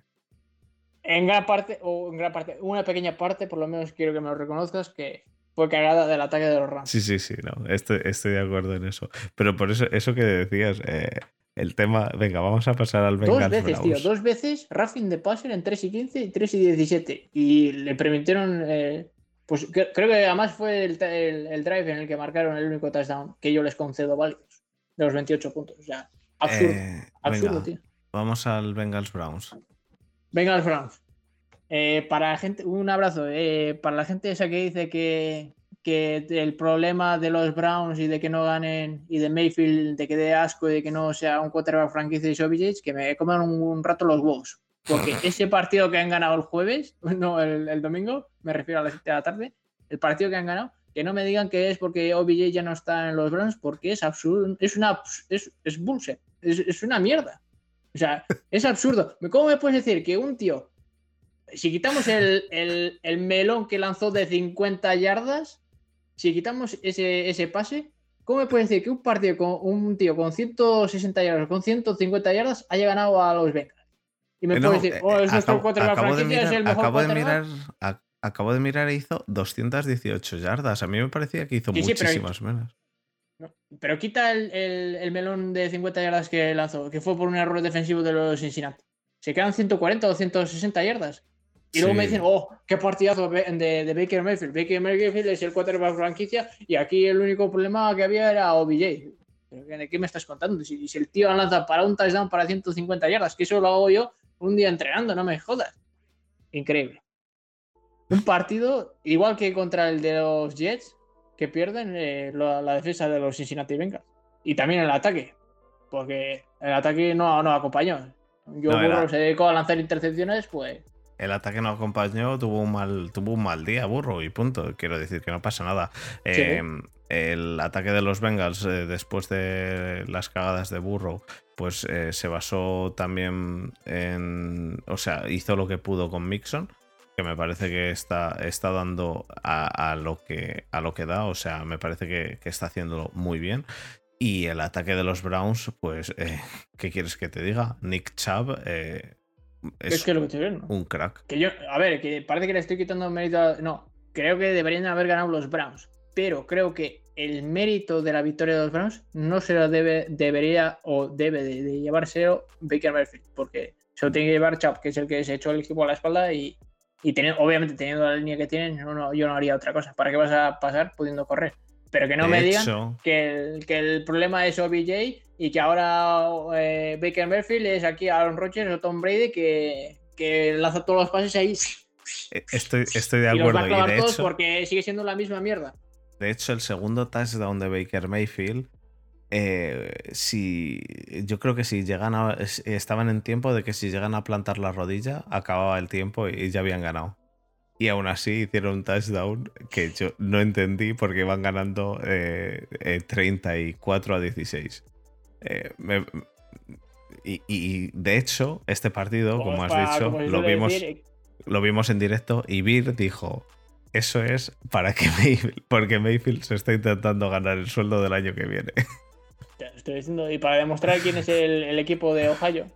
en gran parte, o en gran parte, una pequeña parte, por lo menos quiero que me lo reconozcas, que fue cagada del ataque de los Rams. Sí, sí, sí, no. Estoy, estoy de acuerdo en eso. Pero por eso, eso que decías, eh, el tema. Venga, vamos a pasar al Dos Bengals veces, tío, Browns. dos veces roughing de passer en tres y quince y tres y diecisiete. Y le permitieron, eh, pues que- creo que además fue el, el- el drive en el que marcaron el único touchdown que yo les concedo válidos, de los veintiocho puntos. O sea, absurdo, Eh, absurdo, venga, tío. vamos al Bengals Browns. Venga, los Browns. Eh, para la gente, un abrazo. eh, para la gente esa que dice que, que el problema de los Browns y de que no ganen y de Mayfield de que dé asco y de que no sea un quarterback franquicia y Sobich, que me coman un, un rato los huevos. Porque ese partido que han ganado el jueves, no el, el domingo, me refiero a las siete de la tarde, el partido que han ganado, que no me digan que es porque O B J ya no está en los Browns, porque es absurdo, es una es, es bullshit, es, es una mierda. O sea, es absurdo. ¿Cómo me puedes decir que un tío, si quitamos el, el, el melón que lanzó de cincuenta yardas, si quitamos ese, ese pase, ¿cómo me puedes decir que un partido con un tío con ciento sesenta yardas, con ciento cincuenta yardas, haya ganado a los Bengals? Y me Eh, no, puedes decir, eh, oh, eh, es nuestro acabo, quarterback acabo de franquicia, es mirar, el mejor acabo de quarterback. mirar, a- acabo de mirar e hizo doscientas dieciocho yardas. A mí me parecía que hizo Sí, sí, pero- muchísimas menos. No, pero quita el, el- el melón de cincuenta yardas que lanzó, que fue por un error defensivo de los Cincinnati. Se quedan ciento cuarenta o ciento sesenta yardas. Y luego me Sí. dicen, oh, qué partidazo de, de Baker Mayfield. Baker Mayfield es el quarterback franquicia y aquí el único problema que había era O B J. ¿Pero ¿De qué me estás contando? Si, si el tío lanza para un touchdown para ciento cincuenta yardas, que eso lo hago yo un día entrenando, no me jodas. Increíble. Un partido igual que contra el de los Jets, que pierden eh, la, la defensa de los Cincinnati Bengals. Y también el ataque, porque el ataque no, no acompañó. Yo No, Burrow era- se dedicó a lanzar intercepciones, pues El ataque no acompañó, tuvo un mal, tuvo un mal día, burro, y punto. Quiero decir que no pasa nada. Sí. Eh, el ataque de los Bengals, eh, después de las cagadas de Burrow, pues eh, se basó también en. O sea, hizo lo que pudo con Mixon, que me parece que está, está dando a, a lo que, a lo que da. O sea, me parece que, que está haciéndolo muy bien. Y el ataque de los Browns, pues, eh, ¿qué quieres que te diga? Nick Chubb. Eh, es, es que lo que estoy viendo. un crack. Que yo, a ver, que parece que le estoy quitando mérito a... No, creo que deberían haber ganado los Browns. Pero creo que el mérito de la victoria de los Browns no se lo debe, debería o debe de, de llevárselo Baker Mayfield. Porque se lo tiene que llevar Chubb, que es el que se echó el equipo a la espalda y, y teniendo, obviamente teniendo la línea que tienen, no, no, yo no haría otra cosa. ¿Para qué vas a pasar pudiendo correr? Pero que no De me digan hecho- que el, que el problema es O B J y que ahora eh, Baker Mayfield es aquí Aaron Rodgers o Tom Brady que, que lanza todos los pases ahí Eh, Estoy, estoy de y los va a acuerdo. Y clavar de todos hecho, porque sigue siendo la misma mierda. de hecho, el segundo touchdown de Baker Mayfield, eh, si, yo creo que si llegan a, es- estaban en tiempo de que si llegan a plantar la rodilla, acababa el tiempo y ya habían ganado. Y aún así hicieron un touchdown que yo no entendí porque iban ganando eh, eh, treinta y cuatro a dieciséis. Eh, me- y, y de hecho, este partido, como has Para- dicho, como se lo suele vimos, decir, lo vimos en directo y Bir dijo, eso es para que Mayfield, porque Mayfield se está intentando ganar el sueldo del año que viene. te estoy diciendo, y para demostrar quién es el, el equipo de Ohio.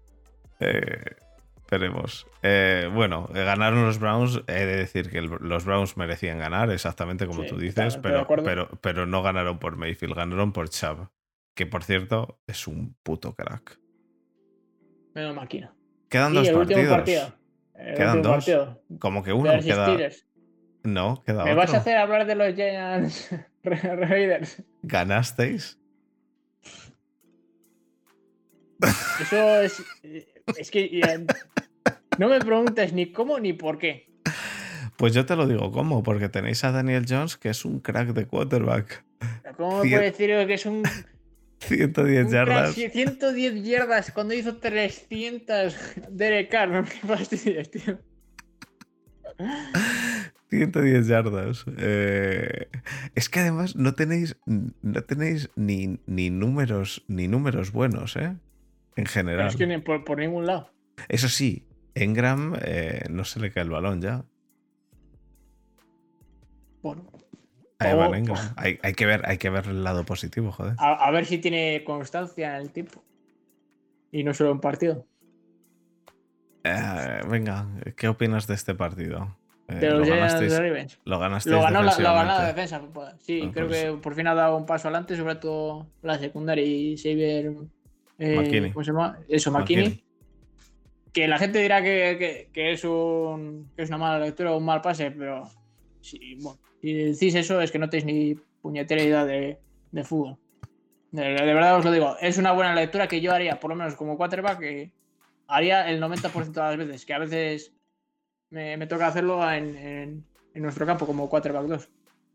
Eh, veremos. Eh, bueno, eh, ganaron los Browns. He de decir que el- los Browns merecían ganar, exactamente como Sí, tú dices, totalmente de pero, acuerdo. pero, pero no ganaron por Mayfield, ganaron por Chubb, que por cierto es un puto crack. Menos máquina. Quedan Y dos el partidos. último partido. El Quedan último dos. partido. Como que uno Bears y queda. Steelers. No, queda ¿Me otro. vas a hacer hablar de los Giants Raiders? ¿Ganasteis? Eso es. Es que ya, no me preguntes ni cómo ni por qué. Pues yo te lo digo cómo, porque tenéis a Daniel Jones, que es un crack de quarterback. ¿Cómo me puede decir que es un, ciento diez un crack yardas. ciento diez yardas cuando hizo trescientas Derek Carr? No me fastidies, tío. ciento diez yardas. Eh, es que además no tenéis, no tenéis ni, ni números ni números buenos, ¿eh? En general. Pero es que ni por, por ningún lado. Eso sí, Engram eh, no se le cae el balón ya. Bueno. Ahí O- va el Engram. Hay, hay que ver, hay que ver el lado positivo, joder. a, a ver si tiene constancia en el tiempo. Y no solo en partido. Eh, venga, ¿qué opinas de este partido? Eh, De lo los Giants ganasteis, de Ravens. lo ganasteis Lo ganó la, lo ganó la defensivamente. defensa. pues, Sí, Bueno, creo pues, que por fin ha dado un paso adelante, sobre todo la secundaria y Xavier. Eh, McKinney. ¿Cómo se llama? Eso, McKinney. McKinney. Que la gente dirá que, que- que es un, que es una mala lectura o un mal pase, pero si, bueno, si decís eso es que no tenéis ni puñetera idea de, de fútbol. De, de verdad os lo digo, es una buena lectura que yo haría, por lo menos como quarterback, que haría el noventa por ciento de las veces, que a veces me, me toca hacerlo en, en- en nuestro campo como quarterback dos.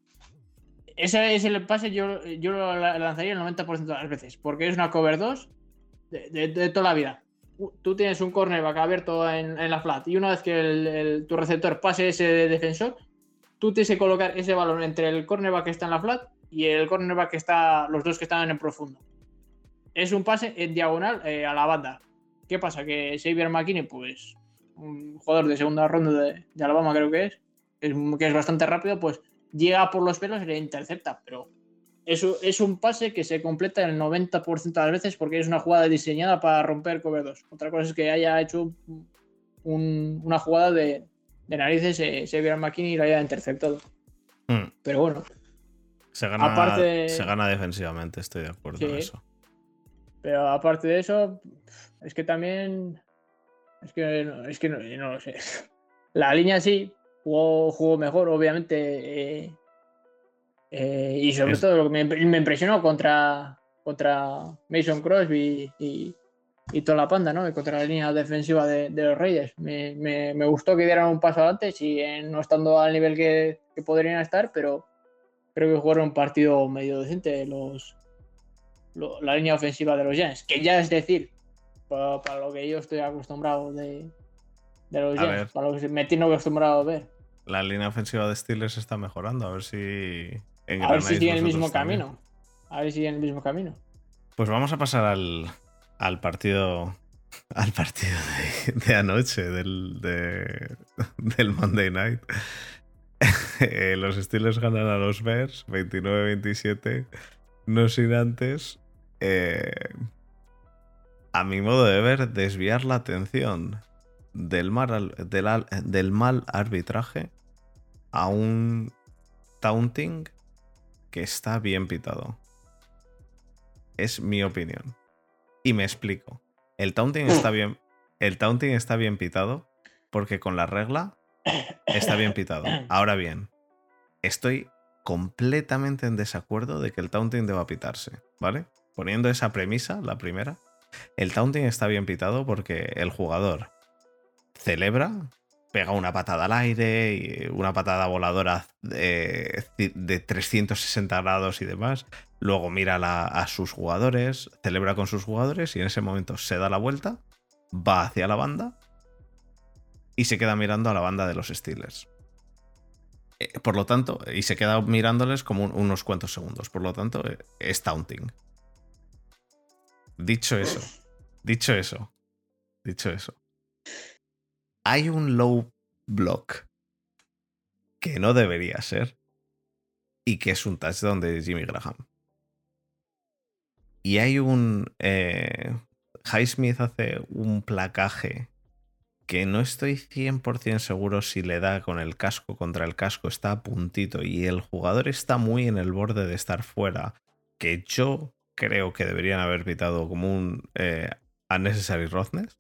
Ese es el pase, yo, yo lo lanzaría el noventa por ciento de las veces, porque es una cover dos de, de- de toda la vida. Tú tienes un cornerback abierto en, en la flat y una vez que el, el- tu receptor pase ese defensor, tú tienes que colocar ese balón entre el cornerback que está en la flat y el cornerback que está, los dos que están en profundo. Es un pase en diagonal eh, a la banda. ¿Qué pasa? Que Xavier McKinney, pues un jugador de segunda ronda de, de Alabama creo que es, es, que es bastante rápido, pues llega por los pelos y le intercepta, pero eso es un pase que se completa el noventa por ciento de las veces porque es una jugada diseñada para romper cover dos. Otra cosa es que haya hecho un, una jugada de, de narices, eh, Xavier McKinney y lo haya interceptado. Mm. Pero bueno. Se gana, aparte, se gana defensivamente, estoy de acuerdo sí, en eso. Pero aparte de eso, es que también. Es que, es que no, no lo sé. La línea sí, jugó, jugó mejor, obviamente. Eh, eh, y sobre Es, todo lo que me, me impresionó contra, contra Mason Crosby y, y toda la panda, ¿no? Y contra la línea defensiva de, de los Reyes. Me, me, me, gustó que dieran un paso adelante, si eh, no estando al nivel que, que podrían estar, pero creo que jugaron un partido medio decente los, lo, la línea ofensiva de los Giants, que ya es decir, para, para lo que yo estoy acostumbrado de, de los A Giants, ver. para lo que me tiene acostumbrado a ver. La línea ofensiva de Steelers está mejorando, a ver si A ver si siguen el mismo también. camino. A ver si siguen el mismo camino. Pues vamos a pasar al, al partido al partido de, de anoche del, de, del Monday Night. eh, los Steelers ganan a los Bears veintinueve veintisiete, no sin antes eh, a mi modo de ver desviar la atención del mal, del, del mal arbitraje a un taunting que está bien pitado. Es mi opinión. Y me explico. El taunting está bien. El taunting está bien pitado porque con la regla está bien pitado. Ahora bien, estoy completamente en desacuerdo de que el taunting deba pitarse, ¿vale? Poniendo esa premisa, la primera, el taunting está bien pitado porque el jugador celebra, pega una patada al aire, y una patada voladora de, de trescientos sesenta grados y demás. Luego mira la, a sus jugadores, celebra con sus jugadores y en ese momento se da la vuelta, va hacia la banda y se queda mirando a la banda de los Steelers. Eh, por lo tanto, y se queda mirándoles como un, unos cuantos segundos. Por lo tanto, eh, es taunting. Dicho eso, dicho eso, dicho eso. Hay un low block que no debería ser y que es un touchdown de Jimmy Graham. Y hay un... Eh, Highsmith hace un placaje que no estoy cien por ciento seguro si le da con el casco contra el casco, está a puntito y el jugador está muy en el borde de estar fuera, que yo creo que deberían haber pitado como un eh, unnecessary roughness.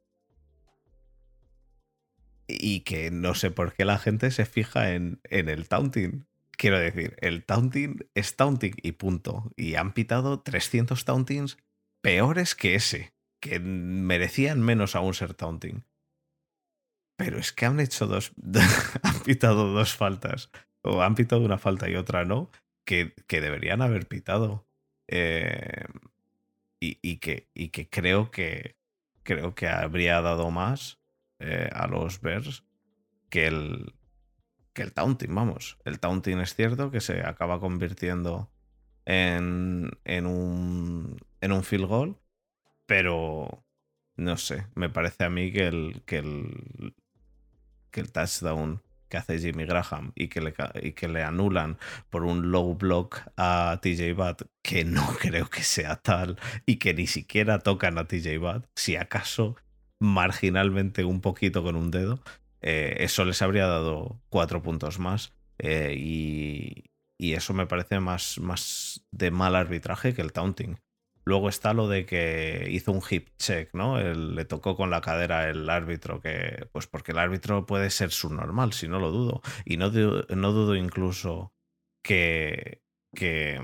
Y que no sé por qué la gente se fija en, en el taunting. Quiero decir, el taunting es taunting y punto. Y han pitado trescientos tauntings peores que ese. que merecían menos aún ser taunting. Pero es que han hecho dos, han pitado dos faltas, o han pitado una falta y otra no, que, que deberían haber pitado. Eh, y, y, que, y que creo que creo que habría dado más eh, a los Bears que el, que el taunting, vamos. El taunting es cierto que se acaba convirtiendo en, en, un, en un field goal, pero no sé, me parece a mí que el, que el, que el touchdown que hace Jimmy Graham y que, le, y que le anulan por un low block a T J Watt, que no creo que sea tal, y que ni siquiera tocan a T J Watt, si acaso marginalmente un poquito con un dedo, eh, eso les habría dado cuatro puntos más. Eh, y, y eso me parece más, más de mal arbitraje que el taunting. Luego está lo de que hizo un hip check, ¿no? El, le tocó con la cadera el árbitro, que pues porque el árbitro puede ser subnormal, si no lo dudo. Y no, dudo, no dudo incluso que, que...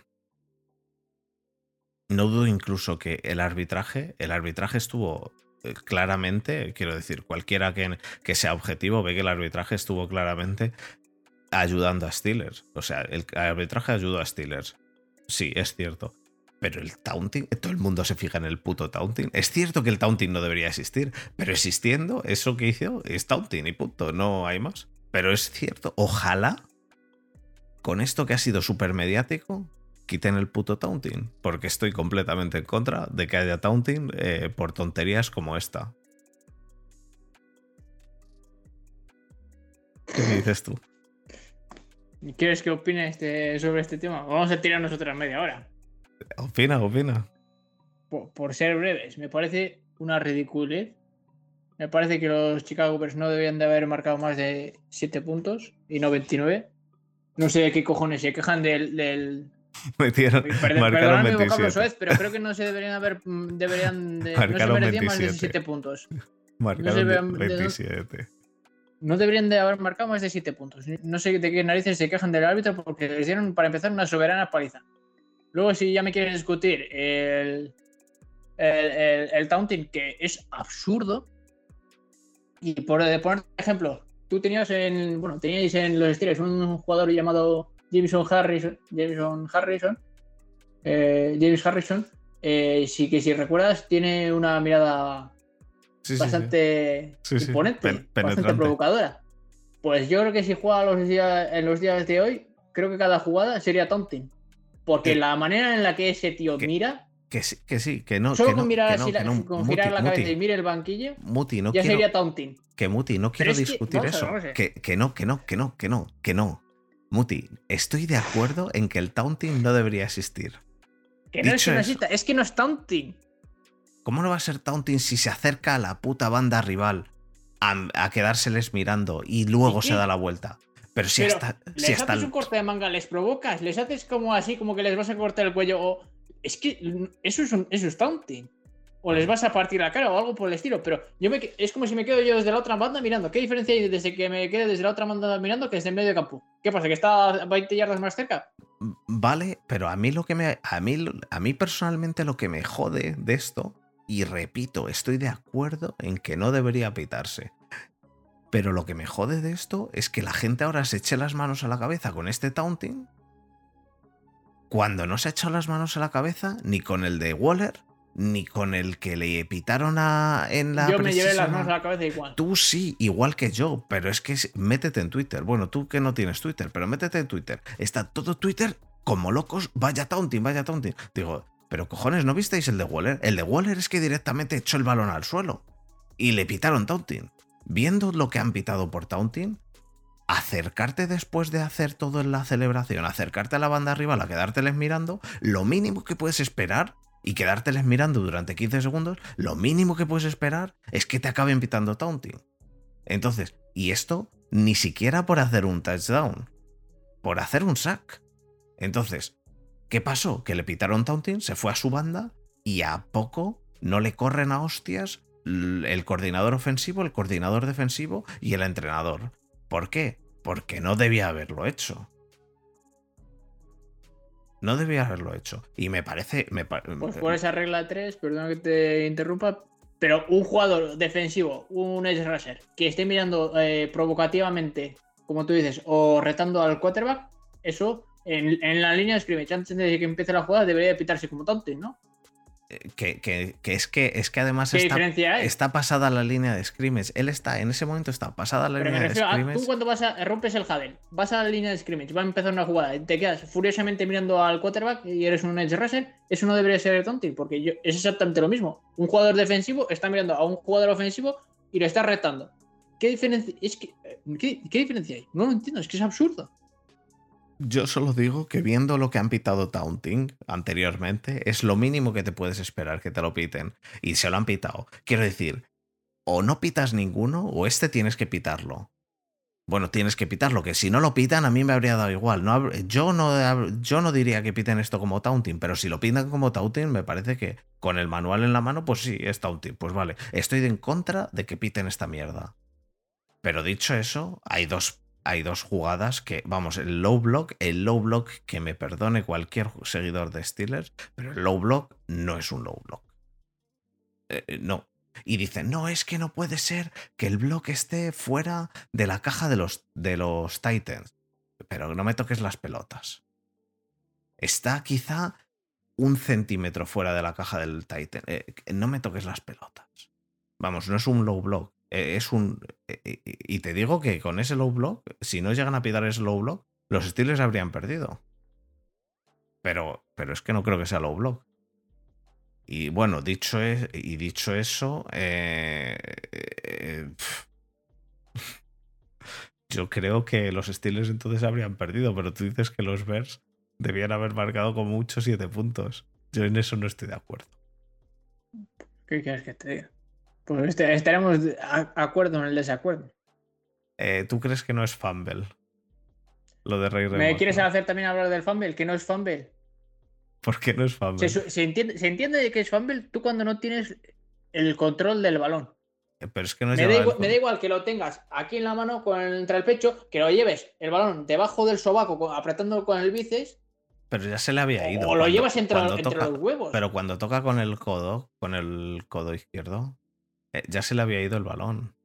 No dudo incluso que el arbitraje, el arbitraje estuvo claramente, quiero decir, cualquiera que, que sea objetivo ve que el arbitraje estuvo claramente ayudando a Steelers. O sea, el arbitraje ayudó a Steelers. Sí, es cierto. Pero el taunting, todo el mundo se fija en el puto taunting. Es cierto que el taunting no debería existir, pero existiendo, eso que hizo es taunting y punto, no hay más. Pero es cierto, ojalá con esto que ha sido súper mediático quiten el puto taunting, porque estoy completamente en contra de que haya taunting eh, por tonterías como esta. ¿Qué me dices tú? ¿Quieres que opine este, sobre este tema? Vamos a tirarnos otra media hora. Opina, opina. Por, por ser breves, me parece una ridiculez. Me parece que los Chicago Bears no debían de haber marcado más de siete puntos y no veintinueve. No sé qué cojones se quejan del... del... Metieron, Perdón, marcaron mi vocablo veintisiete. Suez, pero creo que no se deberían haber... Deberían de, marcaron no se merecían más de veintisiete. siete puntos. Marcaron no se veintisiete. De, no deberían de haber marcado más de siete puntos. No sé de qué narices se quejan del árbitro porque les dieron, para empezar, una soberana paliza. Luego, si ya me quieren discutir el, el, el, el taunting, que es absurdo, y por poner ejemplo, tú tenías en, bueno, teníais en los Steelers un jugador llamado Jameson Harrison, Jameson Harrison, eh, James Harrison, eh, sí que si recuerdas tiene una mirada sí, bastante sí, sí. imponente, sí, sí. bastante provocadora. Pues yo creo que si juega los días, en los días de hoy, creo que cada jugada sería taunting. Porque ¿Qué? La manera en la que ese tío ¿Qué? mira... Que sí, que sí, que no. Solo que con no, mirar, que así no, la, no, con Muti, girar la cabeza Muti, y mire el banquillo, Muti, no ya quiero, sería taunting. Que Muti, no quiero discutir que, eso. Ver, que, que no, que no, que no, que no, que no. Muti, estoy de acuerdo en que el taunting no debería existir. Que no Dicho es que no exista, es que no es taunting. ¿Cómo no va a ser taunting si se acerca a la puta banda rival a, a quedárseles mirando y luego ¿Y se da la vuelta? Pero si Pero hasta. Les si haces hasta un corte de manga, les provocas, les haces como así, como que les vas a cortar el cuello. O... Es que eso es, un, eso es taunting. O les vas a partir la cara o algo por el estilo. Pero yo me, es como si me quedo yo desde la otra banda mirando. ¿Qué diferencia hay desde que me quede desde la otra banda mirando que desde el medio de campo? ¿Qué pasa? ¿Que está a veinte yardas más cerca? Vale, pero a mí lo que me. A mí, a mí personalmente lo que me jode de esto, y repito, estoy de acuerdo en que no debería pitarse. Pero lo que me jode de esto es que la gente ahora se eche las manos a la cabeza con este taunting cuando no se ha echado las manos a la cabeza ni con el de Waller ni con el que le pitaron a, en la Yo me llevé las manos a la cabeza igual. Tú sí, igual que yo, pero es que métete en Twitter. Bueno, tú que no tienes Twitter, pero métete en Twitter. Está todo Twitter como locos, vaya taunting, vaya taunting. Digo, pero cojones, ¿no visteis el de Waller? El de Waller es que directamente echó el balón al suelo y le pitaron taunting. Viendo lo que han pitado por taunting, acercarte después de hacer todo en la celebración, acercarte a la banda rival a quedárteles mirando, lo mínimo que puedes esperar, y quedárteles mirando durante quince segundos, lo mínimo que puedes esperar es que te acaben pitando taunting. Entonces, y esto ni siquiera por hacer un touchdown, por hacer un sack. Entonces, ¿qué pasó? Que le pitaron taunting, se fue a su banda y a poco no le corren a hostias el coordinador ofensivo, el coordinador defensivo y el entrenador. ¿Por qué? Porque no debía haberlo hecho. No debía haberlo hecho. Y me parece... Me pa- Pues por esa regla tres, perdona que te interrumpa, pero un jugador defensivo, un edge rusher, que esté mirando eh, provocativamente, como tú dices, o retando al quarterback, eso en, en la línea de scrimmage, antes de que empiece la jugada, debería de pitarse como taunting, ¿no? Que, que, que es que es que además ¿Qué está, diferencia hay? está pasada la línea de scrimmage. Él está, en ese momento está pasada la Pero me línea de refiero a scrimmage. tú cuando vas a rompes el huddle, vas a la línea de scrimmage, va a empezar una jugada, te quedas furiosamente mirando al quarterback y eres un edge rusher, eso no debería ser taunting, porque yo, es exactamente lo mismo. Un jugador defensivo está mirando a un jugador ofensivo y lo está retando. ¿Qué diferencia? Es que, ¿qué, qué diferencia hay? No lo entiendo, es que es absurdo. Yo solo digo que viendo lo que han pitado taunting anteriormente, es lo mínimo que te puedes esperar que te lo piten. Y se lo han pitado. Quiero decir, o no pitas ninguno, o este tienes que pitarlo. Bueno, tienes que pitarlo, que si no lo pitan a mí me habría dado igual. No, yo, no, yo no diría que piten esto como taunting, pero si lo pitan como taunting me parece que con el manual en la mano, pues sí, es taunting. Pues vale, estoy en contra de que piten esta mierda. Pero dicho eso, hay dos, hay dos jugadas que, vamos, el low block, el low block, que me perdone cualquier seguidor de Steelers, pero el low block no es un low block. Eh, no. Y dicen, no, es que no puede ser que el block esté fuera de la caja de los, de los Titans. Pero no me toques las pelotas. Está quizá un centímetro fuera de la caja del Titan. Eh, no me toques las pelotas. Vamos, no es un low block. Eh, es un... Eh, y te digo que con ese low block, si no llegan a pitar ese low block, los Steelers habrían perdido. Pero, pero es que no creo que sea low block. Y bueno, dicho, es, y dicho eso, eh, eh, yo creo que los Steelers entonces habrían perdido, pero tú dices que los Bears debían haber marcado como mucho siete puntos. Yo en eso no estoy de acuerdo. ¿Qué quieres que te diga? Pues este, estaremos de acuerdo en el desacuerdo. Eh, ¿Tú crees que no es fumble? Lo de Ray ¿Me Remoto. quieres hacer también hablar del fumble? Que no es fumble. ¿Por qué no es fumble? Se, se, entiende, se entiende que es fumble tú cuando no tienes el control del balón. Pero es que no es me, da igual, el... me da igual que lo tengas aquí en la mano con el, entre el pecho, que lo lleves el balón debajo del sobaco apretándolo con el bíceps. Pero ya se le había ido. O lo cuando, llevas entre, entre toca, los huevos. Pero cuando toca con el codo, con el codo izquierdo, eh, ya se le había ido el balón.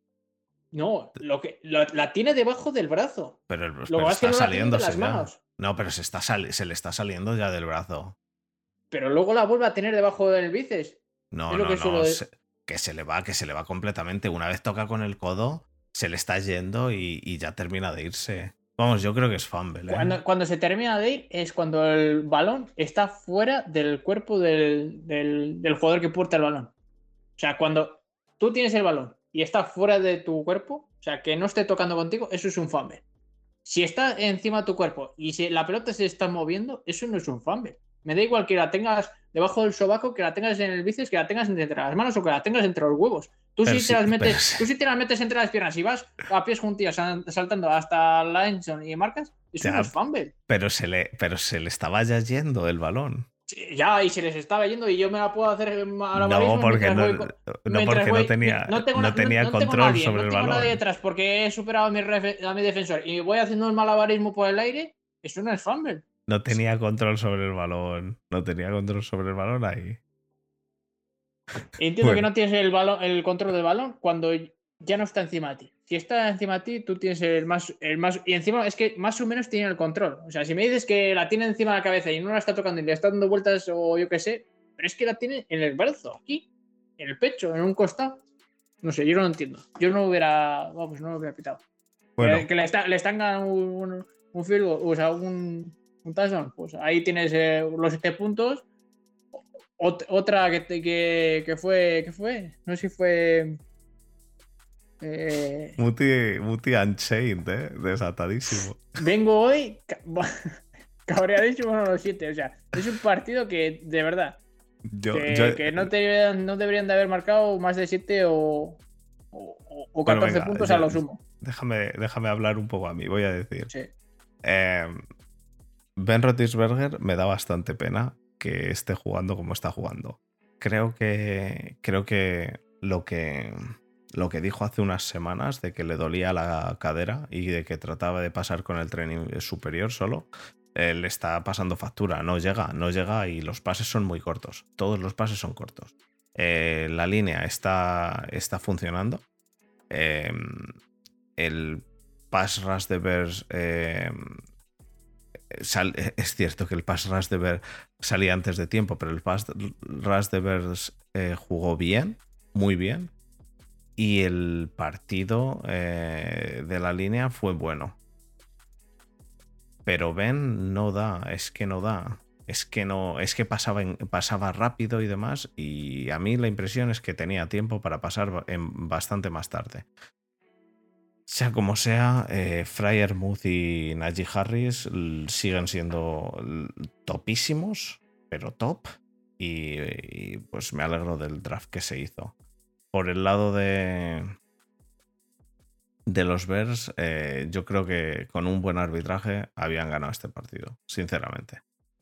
No, lo que lo, la tiene debajo del brazo. Pero, el, lo pero que está es que no saliéndose las ya. manos. No, pero se, está sali se le está saliendo ya del brazo. Pero luego la vuelve a tener debajo del bíceps. No, es lo no, que no. suelo... Se, que se le va, que se le va completamente. Una vez toca con el codo, se le está yendo y, y ya termina de irse. Vamos, yo creo que es fumble. ¿eh? Cuando, cuando se termina de ir es cuando el balón está fuera del cuerpo del, del, del jugador que porta el balón. O sea, cuando tú tienes el balón y está fuera de tu cuerpo, o sea, que no esté tocando contigo, eso es un fumble. Si está encima de tu cuerpo y si la pelota se está moviendo, eso no es un fumble. Me da igual que la tengas debajo del sobaco, que la tengas en el bíceps, que la tengas entre las manos o que la tengas entre los huevos. Tú si, sí, te las metes, sí. tú si te las metes entre las piernas y vas a pies juntillos saltando hasta la endzone y marcas, eso ya, no es fumble. Pero se, le, pero se le estaba ya yendo el balón. Sí, ya, y se les estaba yendo y yo me la puedo hacer a no, porque, no, voy, no, porque voy, no tenía, no tengo, no tenía no, control no tengo nadie, sobre no el tengo balón. nadie detrás porque he superado a mi, ref, a mi defensor y voy haciendo un malabarismo por el aire, eso no es fumble. No tenía control sobre el balón. No tenía control sobre el balón ahí. Entiendo bueno. que no tienes el, balón, el control del balón cuando ya no está encima de ti. Si está encima de ti, tú tienes el más, el más... Y encima es que más o menos tiene el control. O sea, si me dices que la tiene encima de la cabeza y no la está tocando y le está dando vueltas o yo qué sé, pero es que la tiene en el brazo, aquí, en el pecho, en un costado. No sé, yo no lo entiendo. Yo no hubiera... Vamos, no lo hubiera pitado. Bueno. Que, que le, está, le están ganando un, un field goal, o sea, un... un touchdown, pues ahí tienes eh, los siete puntos. Ot otra que, que, que fue, ¿qué fue? No sé si fue... Eh... Muti, Muti Unchained, ¿eh? Desatadísimo. Vengo hoy cabreadísimo con los siete, o sea, es un partido que, de verdad, yo, que, yo... que no, te, no deberían de haber marcado más de siete o, o, o catorce bueno, venga, puntos yo, a lo sumo. Déjame, déjame hablar un poco a mí, voy a decir. Sí. Eh, Ben Roethlisberger me da bastante pena que esté jugando como está jugando. Creo que creo que lo que lo que dijo hace unas semanas de que le dolía la cadera y de que trataba de pasar con el tren superior solo, eh, le está pasando factura. No llega, no llega y los pases son muy cortos. Todos los pases son cortos. Eh, la línea está, está funcionando. Eh, el pass rush de Bears... Eh, sal, es cierto que el pass rush de Bears salía antes de tiempo, pero el pass rush de Bears eh, jugó bien, muy bien. Y el partido eh, de la línea fue bueno. Pero Ben no da, es que no da. Es que no, es que pasaba, en, pasaba rápido y demás. Y a mí la impresión es que tenía tiempo para pasar en bastante más tarde. Sea como sea, eh, Freiermuth y Najee Harris siguen siendo topísimos, pero top. Y, y pues me alegro del draft que se hizo. Por el lado de, de los Bears, eh, yo creo que con un buen arbitraje habían ganado este partido, sinceramente.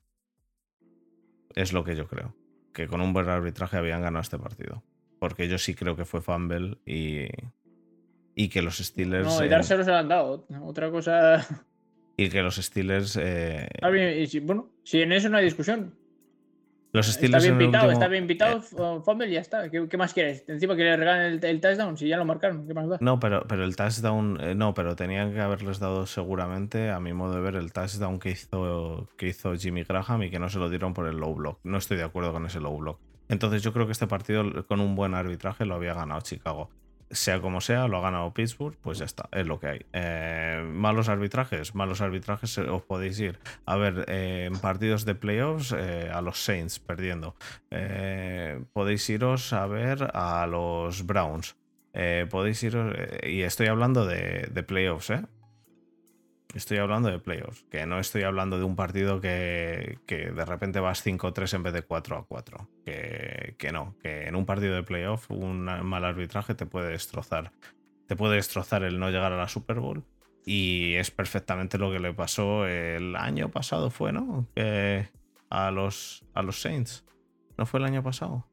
Es lo que yo creo, que con un buen arbitraje habían ganado este partido. Porque yo sí creo que fue fumble y, y que los Steelers... No, y dárselo se lo han dado. Otra cosa... Y que los Steelers... Eh, y si, bueno, si en eso no hay discusión. Los Steelers está bien pitado, último, está bien pitado, eh, fumble y ya está. ¿Qué, ¿Qué más quieres? Encima que le regalen el, el touchdown, si ya lo marcaron, ¿qué más da? No, pero, pero el touchdown, eh, no, pero tenían que haberles dado seguramente, a mi modo de ver, el touchdown que hizo, que hizo Jimmy Graham y que no se lo dieron por el low block. No estoy de acuerdo con ese low block. Entonces yo creo que este partido con un buen arbitraje lo había ganado Chicago. Sea como sea, lo ha ganado Pittsburgh, pues ya está, es lo que hay. Eh, malos arbitrajes, malos arbitrajes, os podéis ir a ver eh, en partidos de playoffs eh, a los Saints perdiendo. Eh, podéis iros a ver a los Browns. Eh, podéis iros, eh, y estoy hablando de, de playoffs, ¿eh? Estoy hablando de playoffs, que no estoy hablando de un partido que, que de repente vas cinco tres en vez de cuatro a cuatro. Que, que no, que en un partido de playoff un mal arbitraje te puede destrozar. Te puede destrozar el no llegar a la Super Bowl. Y es perfectamente lo que le pasó el año pasado, fue, ¿no? Que a los, a los Saints. ¿No fue el año pasado?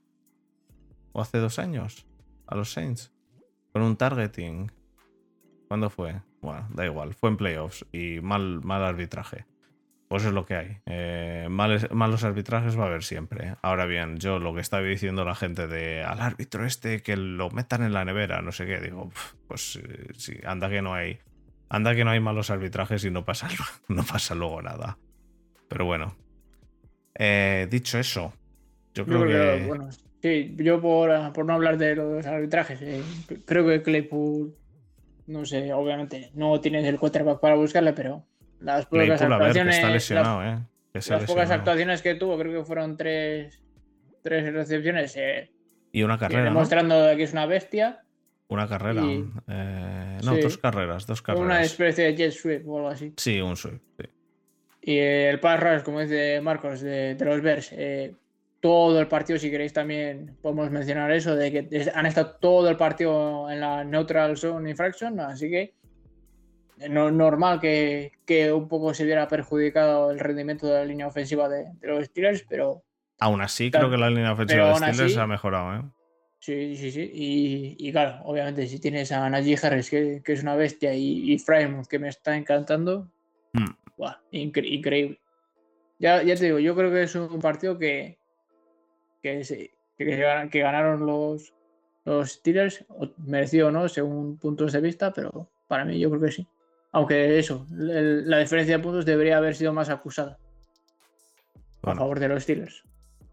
¿O hace dos años? A los Saints. Con un targeting. ¿Cuándo fue? Bueno, da igual, fue en playoffs y mal, mal arbitraje. Pues es lo que hay. Eh, males, malos arbitrajes va a haber siempre. Ahora bien, yo lo que estaba diciendo la gente de al árbitro este que lo metan en la nevera, no sé qué, digo, pues eh, sí, anda que no hay. Anda que no hay malos arbitrajes y no pasa, no pasa luego nada. Pero bueno. Eh, dicho eso, yo creo, yo creo que... que. Bueno, sí, yo por, por no hablar de los arbitrajes, eh, creo que Claypool. No sé, obviamente no tienes el quarterback para buscarle, pero las pocas Claypool, actuaciones. A ver, que está lesionado, las, eh. Que se las lesionado. pocas actuaciones que tuvo, creo que fueron tres, tres recepciones. Eh, y una carrera. Demostrando ¿no? que es una bestia. Una carrera. Y, eh, no, sí, dos carreras, dos carreras. Una especie de jet sweep o algo así. Sí, un sweep, sí. Y eh, el pass rush, como dice Marcos, de, de los Bears. Eh, todo el partido, si queréis también podemos mencionar eso, de que han estado todo el partido en la neutral zone infraction, así que no normal que, que un poco se viera perjudicado el rendimiento de la línea ofensiva de, de los Steelers, pero aún así creo que la línea ofensiva de los Steelers así, ha mejorado, ¿eh? Sí, sí, sí, y, y claro, obviamente si tienes a Najee Harris, que, que es una bestia, y, y Freiermuth, que me está encantando, mm. ¡buah! Incre increíble. Ya, ya te digo, yo creo que es un partido que que, se, que, que ganaron los, los Steelers, merecido o no, según puntos de vista, pero para mí yo creo que sí. Aunque eso, el, la diferencia de puntos debería haber sido más acusada bueno, a favor de los Steelers.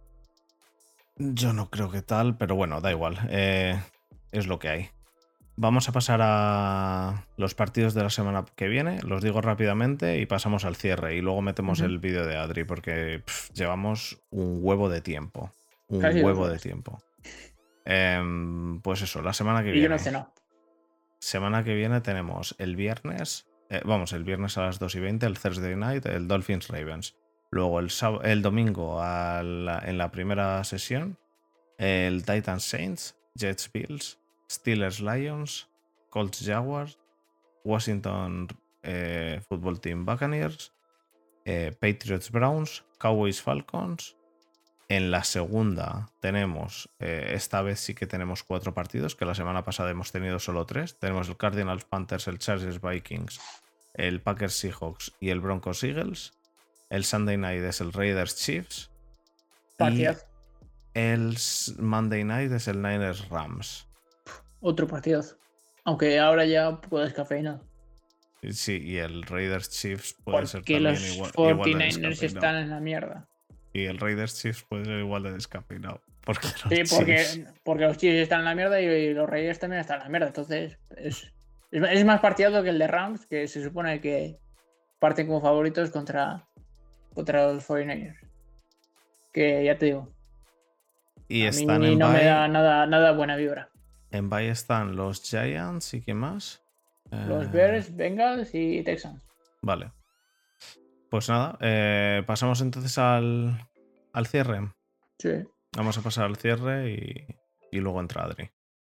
Yo no creo que tal, pero bueno, da igual. Eh, es lo que hay. Vamos a pasar a los partidos de la semana que viene, los digo rápidamente y pasamos al cierre y luego metemos uh-huh. el vídeo de Adri porque pff, llevamos un huevo de tiempo. Un Casi huevo de tiempo. Eh, pues eso, la semana que y viene. Yo no sé, no. Semana que viene tenemos el viernes, eh, vamos, el viernes a las dos y veinte, el Thursday Night, el Dolphins Ravens. Luego el, el domingo a la, en la primera sesión, el Titans Saints, Jets Bills, Steelers Lions, Colts Jaguars, Washington eh, Football Team Buccaneers, eh, Patriots Browns, Cowboys Falcons. En la segunda tenemos, eh, esta vez sí que tenemos cuatro partidos, que la semana pasada hemos tenido solo tres. Tenemos el Cardinals Panthers, el Chargers Vikings, el Packers Seahawks y el Broncos Eagles. El Sunday Night es el Raiders Chiefs. Partidazo. Y el Monday Night es el Niners Rams. Otro partidazo. Aunque ahora ya un poco descafeinado. Sí, y el Raiders Chiefs puede ser Porque también los igual, igual de cuarenta y nueve ers descafeinado. están en la mierda. Y el Raiders Chiefs puede ser igual de descafeinado. Porque los Sí, porque, Chiefs... porque los Chiefs están en la mierda y los Raiders también están en la mierda. Entonces, es, es más partidazo que el de Rams, que se supone que parten como favoritos contra, contra los cuarenta y nueve ers. Que ya te digo. Y a están mí en no bye. me da nada, nada buena vibra. En bye están los Giants y ¿qué más? Los Eh, Bears, Bengals y Texans. Vale. Pues nada, eh, pasamos entonces al, al cierre. Sí. Vamos a pasar al cierre y, y luego entra Adri.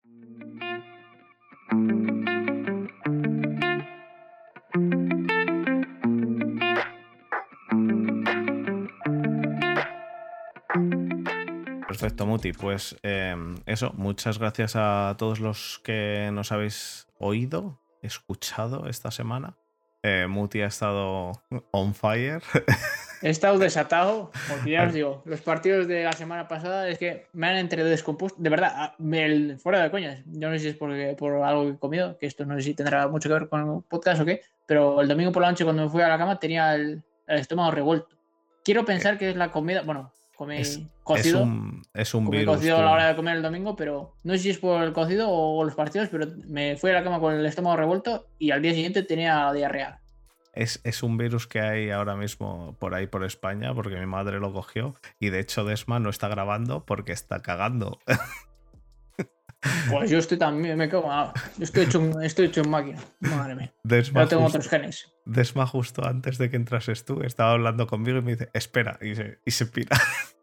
Perfecto, Muti. Pues eh, eso, muchas gracias a todos los que nos habéis oído, escuchado esta semana. Eh, Muti ha estado on fire. He estado desatado, porque ya os digo, los partidos de la semana pasada es que me han entre descompuesto. De verdad, me, fuera de coñas. Yo no sé si es porque, por algo que he comido, que esto no sé si tendrá mucho que ver con el podcast o qué, pero el domingo por la noche cuando me fui a la cama tenía el, el estómago revuelto. Quiero pensar que es la comida, bueno, comí Es, cocido. es un, es un comí virus. cocido Tú. a la hora de comer el domingo, pero no sé si es por el cocido o los partidos, pero me fui a la cama con el estómago revuelto y al día siguiente tenía diarrea. Es, es un virus que hay ahora mismo por ahí por España, porque mi madre lo cogió y de hecho Desma no está grabando porque está cagando. Pues yo estoy también, me cago en... Yo estoy hecho, un, estoy hecho en máquina. Madre mía. Desma Yo tengo justo, otros genes. Desma justo antes de que entrases tú estaba hablando conmigo y me dice, espera, y se, y se pira.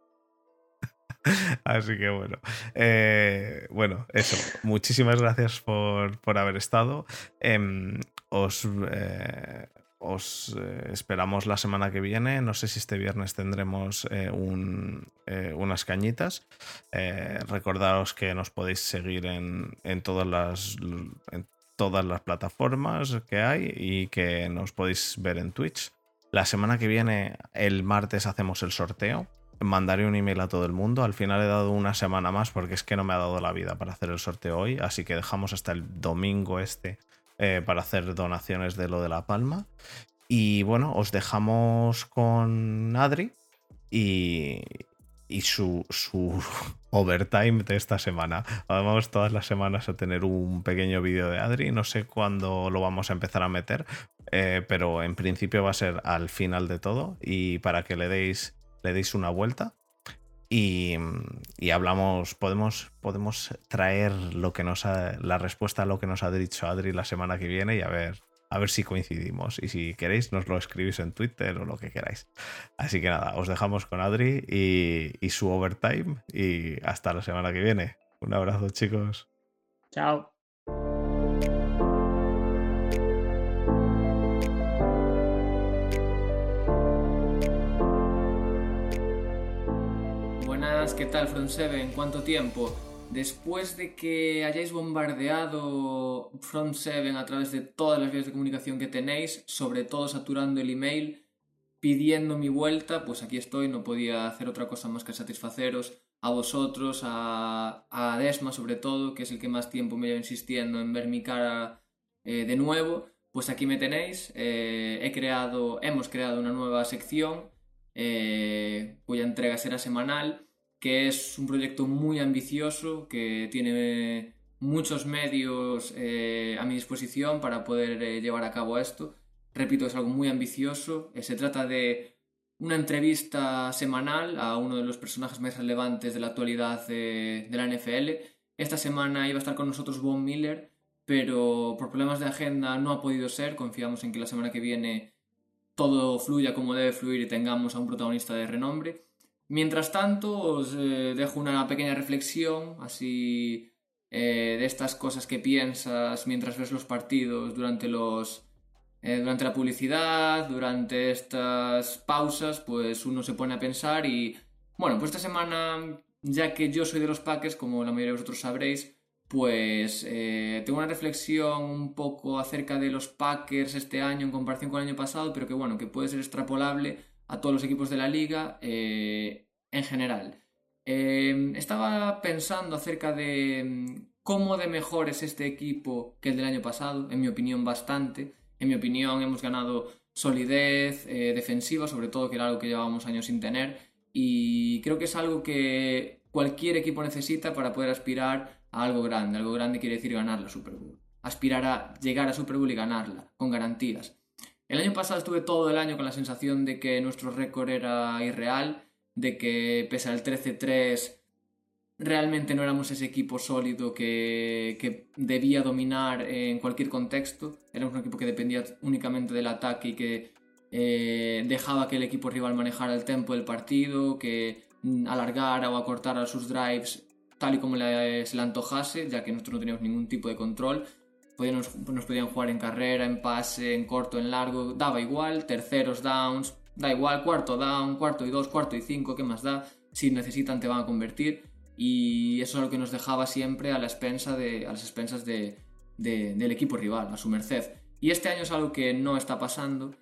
Así que bueno. Eh, bueno, eso. Muchísimas gracias por, por haber estado. Eh, os... Eh, Os eh, esperamos la semana que viene. No sé si este viernes tendremos eh, un, eh, unas cañitas. Eh, recordaros que nos podéis seguir en, en, todas las, en todas las plataformas que hay y que nos podéis ver en Twitch. La semana que viene, el martes, hacemos el sorteo. Mandaré un email a todo el mundo. Al final he dado una semana más porque es que no me ha dado la vida para hacer el sorteo hoy. Así que dejamos hasta el domingo este Eh, para hacer donaciones de lo de La Palma. Y bueno, os dejamos con Adri y, y su, su overtime de esta semana. Vamos todas las semanas a tener un pequeño vídeo de Adri. No sé cuándo lo vamos a empezar a meter, eh, pero en principio va a ser al final de todo y para que le deis, le deis una vuelta. Y, y hablamos, podemos, podemos traer lo que nos ha, la respuesta a lo que nos ha dicho Adri la semana que viene y a ver, a ver si coincidimos. Y si queréis, nos lo escribís en Twitter o lo que queráis. Así que nada, os dejamos con Adri y, y su overtime. Y hasta la semana que viene. Un abrazo, chicos. Chao. ¿Qué tal, Front Seven? ¿Cuánto tiempo? Después de que hayáis bombardeado Front Seven a través de todas las vías de comunicación que tenéis, sobre todo saturando el email, pidiendo mi vuelta, pues aquí estoy, no podía hacer otra cosa más que satisfaceros a vosotros, a, a Desma sobre todo, que es el que más tiempo me lleva insistiendo en ver mi cara eh, de nuevo. Pues aquí me tenéis, eh, he creado, hemos creado una nueva sección eh, cuya entrega será semanal, que es un proyecto muy ambicioso, que tiene muchos medios eh, a mi disposición para poder eh, llevar a cabo esto. Repito, es algo muy ambicioso. Eh, se trata de una entrevista semanal a uno de los personajes más relevantes de la actualidad de, de la N F L. Esta semana iba a estar con nosotros Von Miller, pero por problemas de agenda no ha podido ser. Confiamos en que la semana que viene todo fluya como debe fluir y tengamos a un protagonista de renombre. Mientras tanto, os eh, dejo una pequeña reflexión, así, eh, de estas cosas que piensas mientras ves los partidos durante, los, eh, durante la publicidad, durante estas pausas, pues uno se pone a pensar y, bueno, pues esta semana, ya que yo soy de los Packers, como la mayoría de vosotros sabréis, pues eh, tengo una reflexión un poco acerca de los Packers este año en comparación con el año pasado, pero que, bueno, que puede ser extrapolable a todos los equipos de la liga eh, en general. Eh, estaba pensando acerca de cómo de mejor es este equipo que el del año pasado, en mi opinión bastante. En mi opinión hemos ganado solidez eh, defensiva, sobre todo, que era algo que llevábamos años sin tener, y creo que es algo que cualquier equipo necesita para poder aspirar a algo grande. Algo grande quiere decir ganar la Super Bowl, aspirar a llegar a Super Bowl y ganarla, con garantías. El año pasado estuve todo el año con la sensación de que nuestro récord era irreal, de que pese al trece tres realmente no éramos ese equipo sólido que, que debía dominar en cualquier contexto. Éramos un equipo que dependía únicamente del ataque y que eh, dejaba que el equipo rival manejara el tempo del partido, que alargara o acortara sus drives tal y como le, se le antojase, ya que nosotros no teníamos ningún tipo de control. Podíamos, nos podían jugar en carrera, en pase, en corto, en largo, daba igual, terceros downs, da igual, cuarto down, cuarto y dos, cuarto y cinco, ¿qué más da? Si necesitan te van a convertir, y eso es lo que nos dejaba siempre a, la expensa de, a las expensas de, de, del equipo rival, a su merced. Y este año es algo que no está pasando,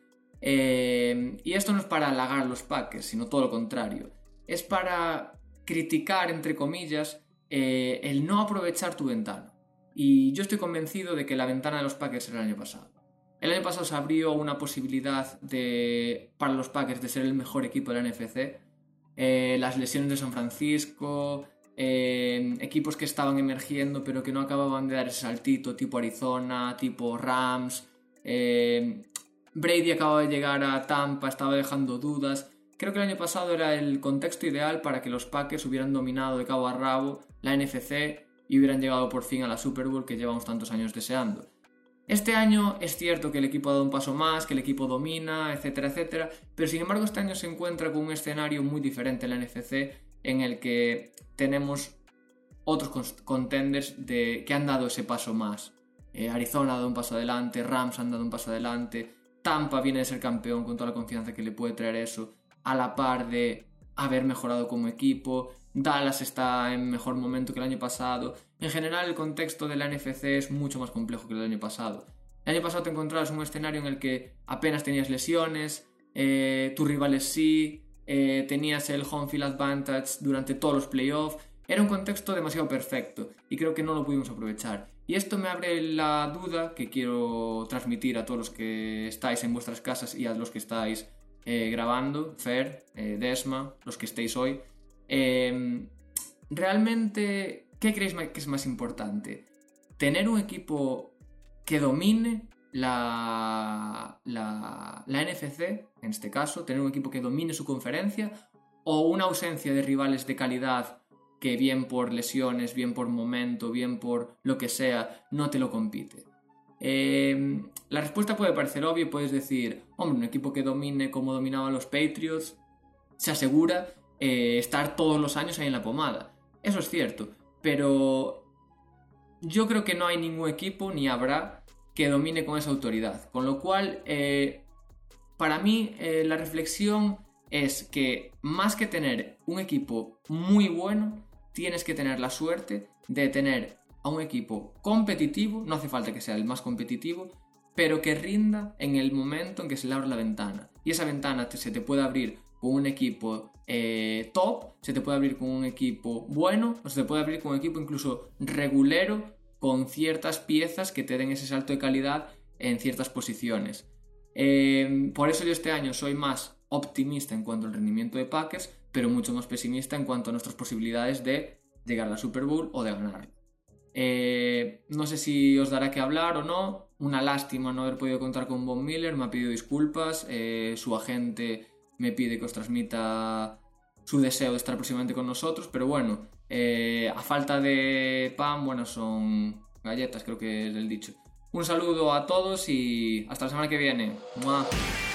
eh, y esto no es para halagar a los Packers, sino todo lo contrario. Es para criticar, entre comillas, eh, el no aprovechar tu ventana. Y yo estoy convencido de que la ventana de los Packers era el año pasado. El año pasado se abrió una posibilidad de, para los Packers de ser el mejor equipo de la N F C. Eh, las lesiones de San Francisco, eh, equipos que estaban emergiendo pero que no acababan de dar ese saltito, tipo Arizona, tipo Rams. Eh, Brady acababa de llegar a Tampa, estaba dejando dudas. Creo que el año pasado era el contexto ideal para que los Packers hubieran dominado de cabo a rabo la N F C y hubieran llegado por fin a la Super Bowl que llevamos tantos años deseando. Este año es cierto que el equipo ha dado un paso más, que el equipo domina, etcétera, etcétera, pero sin embargo este año se encuentra con un escenario muy diferente en la N F C, en el que tenemos otros contenders de, que han dado ese paso más. Eh, Arizona ha dado un paso adelante, Rams han dado un paso adelante, Tampa viene de ser campeón con toda la confianza que le puede traer eso, a la par de haber mejorado como equipo. Dallas está en mejor momento que el año pasado. En general el contexto de la N F C es mucho más complejo que el del año pasado. El año pasado te encontrabas en un escenario en el que apenas tenías lesiones, eh, tus rivales sí, eh, tenías el home field advantage durante todos los playoffs. Era un contexto demasiado perfecto y creo que no lo pudimos aprovechar. Y esto me abre la duda que quiero transmitir a todos los que estáis en vuestras casas y a los que estáis eh, grabando, Fer, eh, Desma, los que estéis hoy. Eh, realmente, ¿qué creéis que es más importante? ¿Tener un equipo que domine la, la, la N F C, en este caso, tener un equipo que domine su conferencia, o una ausencia de rivales de calidad que bien por lesiones, bien por momento, bien por lo que sea, no te lo compite? Eh, la respuesta puede parecer obvia y puedes decir, hombre, un equipo que domine como dominaban los Patriots se asegura Eh, estar todos los años ahí en la pomada. Eso es cierto, pero yo creo que no hay ningún equipo ni habrá que domine con esa autoridad, con lo cual eh, para mí eh, la reflexión es que más que tener un equipo muy bueno, tienes que tener la suerte de tener a un equipo competitivo. No hace falta que sea el más competitivo, pero que rinda en el momento en que se le abre la ventana, y esa ventana te, se te puede abrir con un equipo eh, top, se te puede abrir con un equipo bueno, o se te puede abrir con un equipo incluso regulero, con ciertas piezas que te den ese salto de calidad en ciertas posiciones. Eh, por eso yo este año soy más optimista en cuanto al rendimiento de Packers, pero mucho más pesimista en cuanto a nuestras posibilidades de llegar a la Super Bowl o de ganarla. Eh, no sé si os dará que hablar o no. Una lástima no haber podido contar con Von Miller, me ha pedido disculpas, eh, su agente me pide que os transmita su deseo de estar próximamente con nosotros, pero bueno, eh, a falta de pan, bueno, son galletas, creo que es el dicho. Un saludo a todos y hasta la semana que viene. ¡Mua!